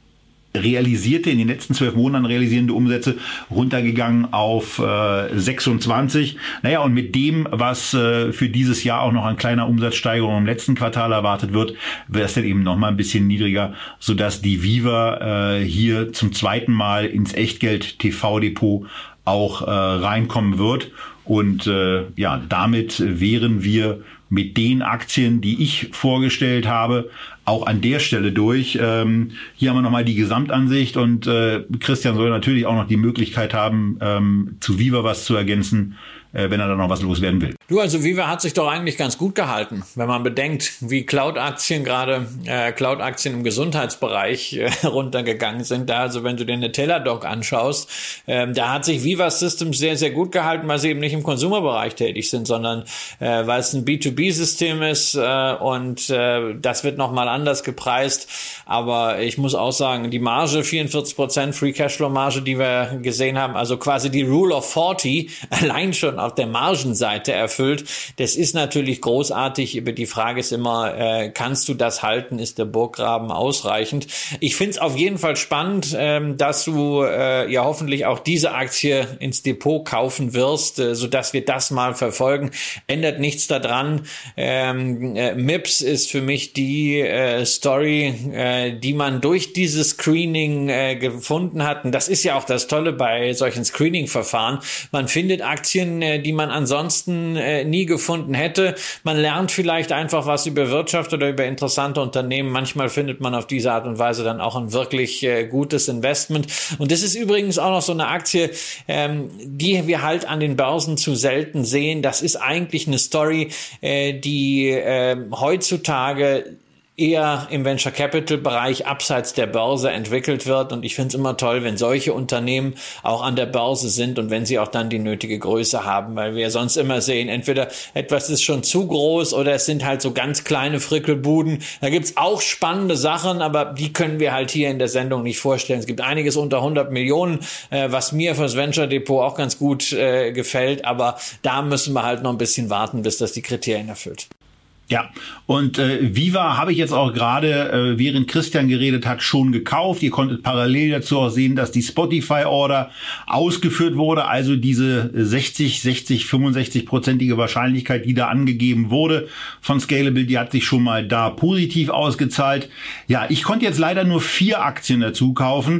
Speaker 2: realisierte, in den letzten zwölf Monaten realisierende Umsätze, runtergegangen auf äh, sechsundzwanzig. Naja, und mit dem, was äh, für dieses Jahr auch noch an kleiner Umsatzsteigerung im letzten Quartal erwartet wird, wäre es dann eben noch mal ein bisschen niedriger, sodass die Viva äh, hier zum zweiten Mal ins Echtgeld-T V-Depot auch äh, reinkommen wird. Und äh, ja, damit wären wir mit den Aktien, die ich vorgestellt habe, auch an der Stelle durch. Ähm, hier haben wir nochmal die Gesamtansicht und äh, Christian soll natürlich auch noch die Möglichkeit haben, ähm, zu Viva was zu ergänzen, äh, wenn er da noch was loswerden will.
Speaker 3: Du, also Viva hat sich doch eigentlich ganz gut gehalten, wenn man bedenkt, wie Cloud-Aktien gerade, äh, Cloud-Aktien im Gesundheitsbereich äh, runtergegangen sind. Da, also wenn du dir eine Teladoc anschaust, äh, da hat sich Viva Systems sehr, sehr gut gehalten, weil sie eben nicht im Consumer-Bereich tätig sind, sondern äh, weil es ein B zwei B-System ist äh, und äh, das wird nochmal anders gepreist. Aber ich muss auch sagen, die Marge, vierundvierzig Prozent Free Cashflow-Marge, die wir gesehen haben, also quasi die Rule of vierzig, allein schon auf der Margenseite erfüllt. Das ist natürlich großartig, aber die Frage ist immer, äh, kannst du das halten? Ist der Burggraben ausreichend? Ich finde es auf jeden Fall spannend, ähm, dass du äh, ja hoffentlich auch diese Aktie ins Depot kaufen wirst, äh, sodass wir das mal verfolgen. Ändert nichts daran. Ähm, äh, M I P S ist für mich die äh, Story, äh, die man durch dieses Screening äh, gefunden hat. Und das ist ja auch das Tolle bei solchen Screening-Verfahren. Man findet Aktien, äh, die man ansonsten äh, nie gefunden hätte. Man lernt vielleicht einfach was über Wirtschaft oder über interessante Unternehmen. Manchmal findet man auf diese Art und Weise dann auch ein wirklich äh, gutes Investment. Und das ist übrigens auch noch so eine Aktie, ähm, die wir halt an den Börsen zu selten sehen. Das ist eigentlich eine Story, äh, die äh, heutzutage eher im Venture Capital Bereich abseits der Börse entwickelt wird. Und ich finde es immer toll, wenn solche Unternehmen auch an der Börse sind und wenn sie auch dann die nötige Größe haben, weil wir sonst immer sehen, entweder etwas ist schon zu groß oder es sind halt so ganz kleine Frickelbuden. Da gibt's auch spannende Sachen, aber die können wir halt hier in der Sendung nicht vorstellen. Es gibt einiges unter hundert Millionen, äh, was mir fürs Venture Depot auch ganz gut äh, gefällt, aber da müssen wir halt noch ein bisschen warten, bis das die Kriterien erfüllt.
Speaker 2: Ja, und äh, Viva habe ich jetzt auch gerade, äh, während Christian geredet hat, schon gekauft. Ihr konntet parallel dazu auch sehen, dass die Spotify-Order ausgeführt wurde. Also diese sechzig, sechzig, fünfundsechzig-prozentige Wahrscheinlichkeit, die da angegeben wurde von Scalable, die hat sich schon mal da positiv ausgezahlt. Ja, ich konnte jetzt leider nur vier Aktien dazu kaufen.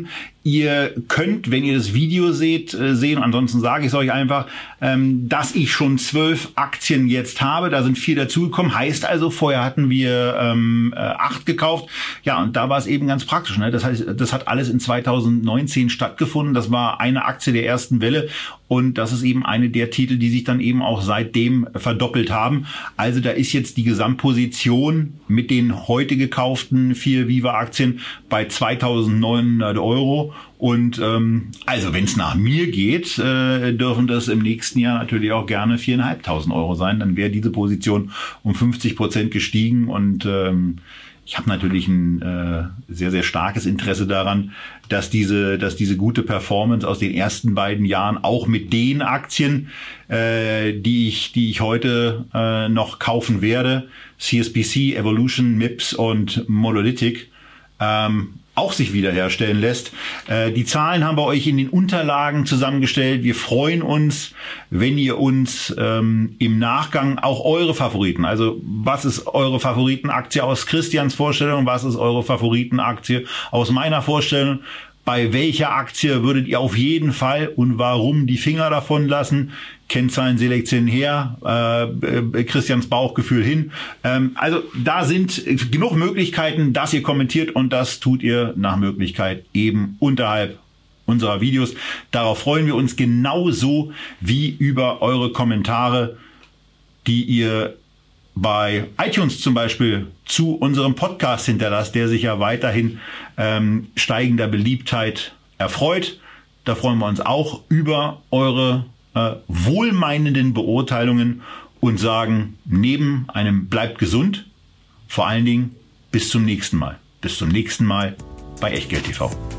Speaker 2: Ihr könnt, wenn ihr das Video seht, sehen, ansonsten sage ich es euch einfach, dass ich schon zwölf Aktien jetzt habe. Da sind vier dazugekommen. Heißt also, vorher hatten wir ähm, acht gekauft. Ja, und da war es eben ganz praktisch. Ne? Das heißt, das hat alles in zweitausendneunzehn stattgefunden. Das war eine Aktie der ersten Welle. Und das ist eben eine der Titel, die sich dann eben auch seitdem verdoppelt haben. Also da ist jetzt die Gesamtposition mit den heute gekauften vier Viva-Aktien bei zweitausendneunhundert Euro. Und ähm, also wenn es nach mir geht, äh, dürfen das im nächsten Jahr natürlich auch gerne viertausendfünfhundert Euro sein. Dann wäre diese Position um fünfzig Prozent gestiegen und ähm, ich habe natürlich ein äh, sehr, sehr starkes Interesse daran, dass diese, dass diese gute Performance aus den ersten beiden Jahren auch mit den Aktien, äh, die ich, die ich heute äh, noch kaufen werde, C S B C, Evolution, M I P S und Monolithic, ähm, auch sich wiederherstellen lässt. Äh, die Zahlen haben wir euch in den Unterlagen zusammengestellt. Wir freuen uns, wenn ihr uns ähm, im Nachgang auch eure Favoriten, also was ist eure Favoritenaktie aus Christians Vorstellung, was ist eure Favoritenaktie aus meiner Vorstellung, bei welcher Aktie würdet ihr auf jeden Fall und warum die Finger davon lassen? Kennzahlen selektionieren her, äh, Christians Bauchgefühl hin. Ähm, also da sind genug Möglichkeiten, dass ihr kommentiert und das tut ihr nach Möglichkeit eben unterhalb unserer Videos. Darauf freuen wir uns genauso wie über eure Kommentare, die ihr bei iTunes zum Beispiel zu unserem Podcast hinterlasst, der sich ja weiterhin ähm, steigender Beliebtheit erfreut. Da freuen wir uns auch über eure äh, wohlmeinenden Beurteilungen und sagen, neben einem bleibt gesund, vor allen Dingen bis zum nächsten Mal. Bis zum nächsten Mal bei Echtgeld T V.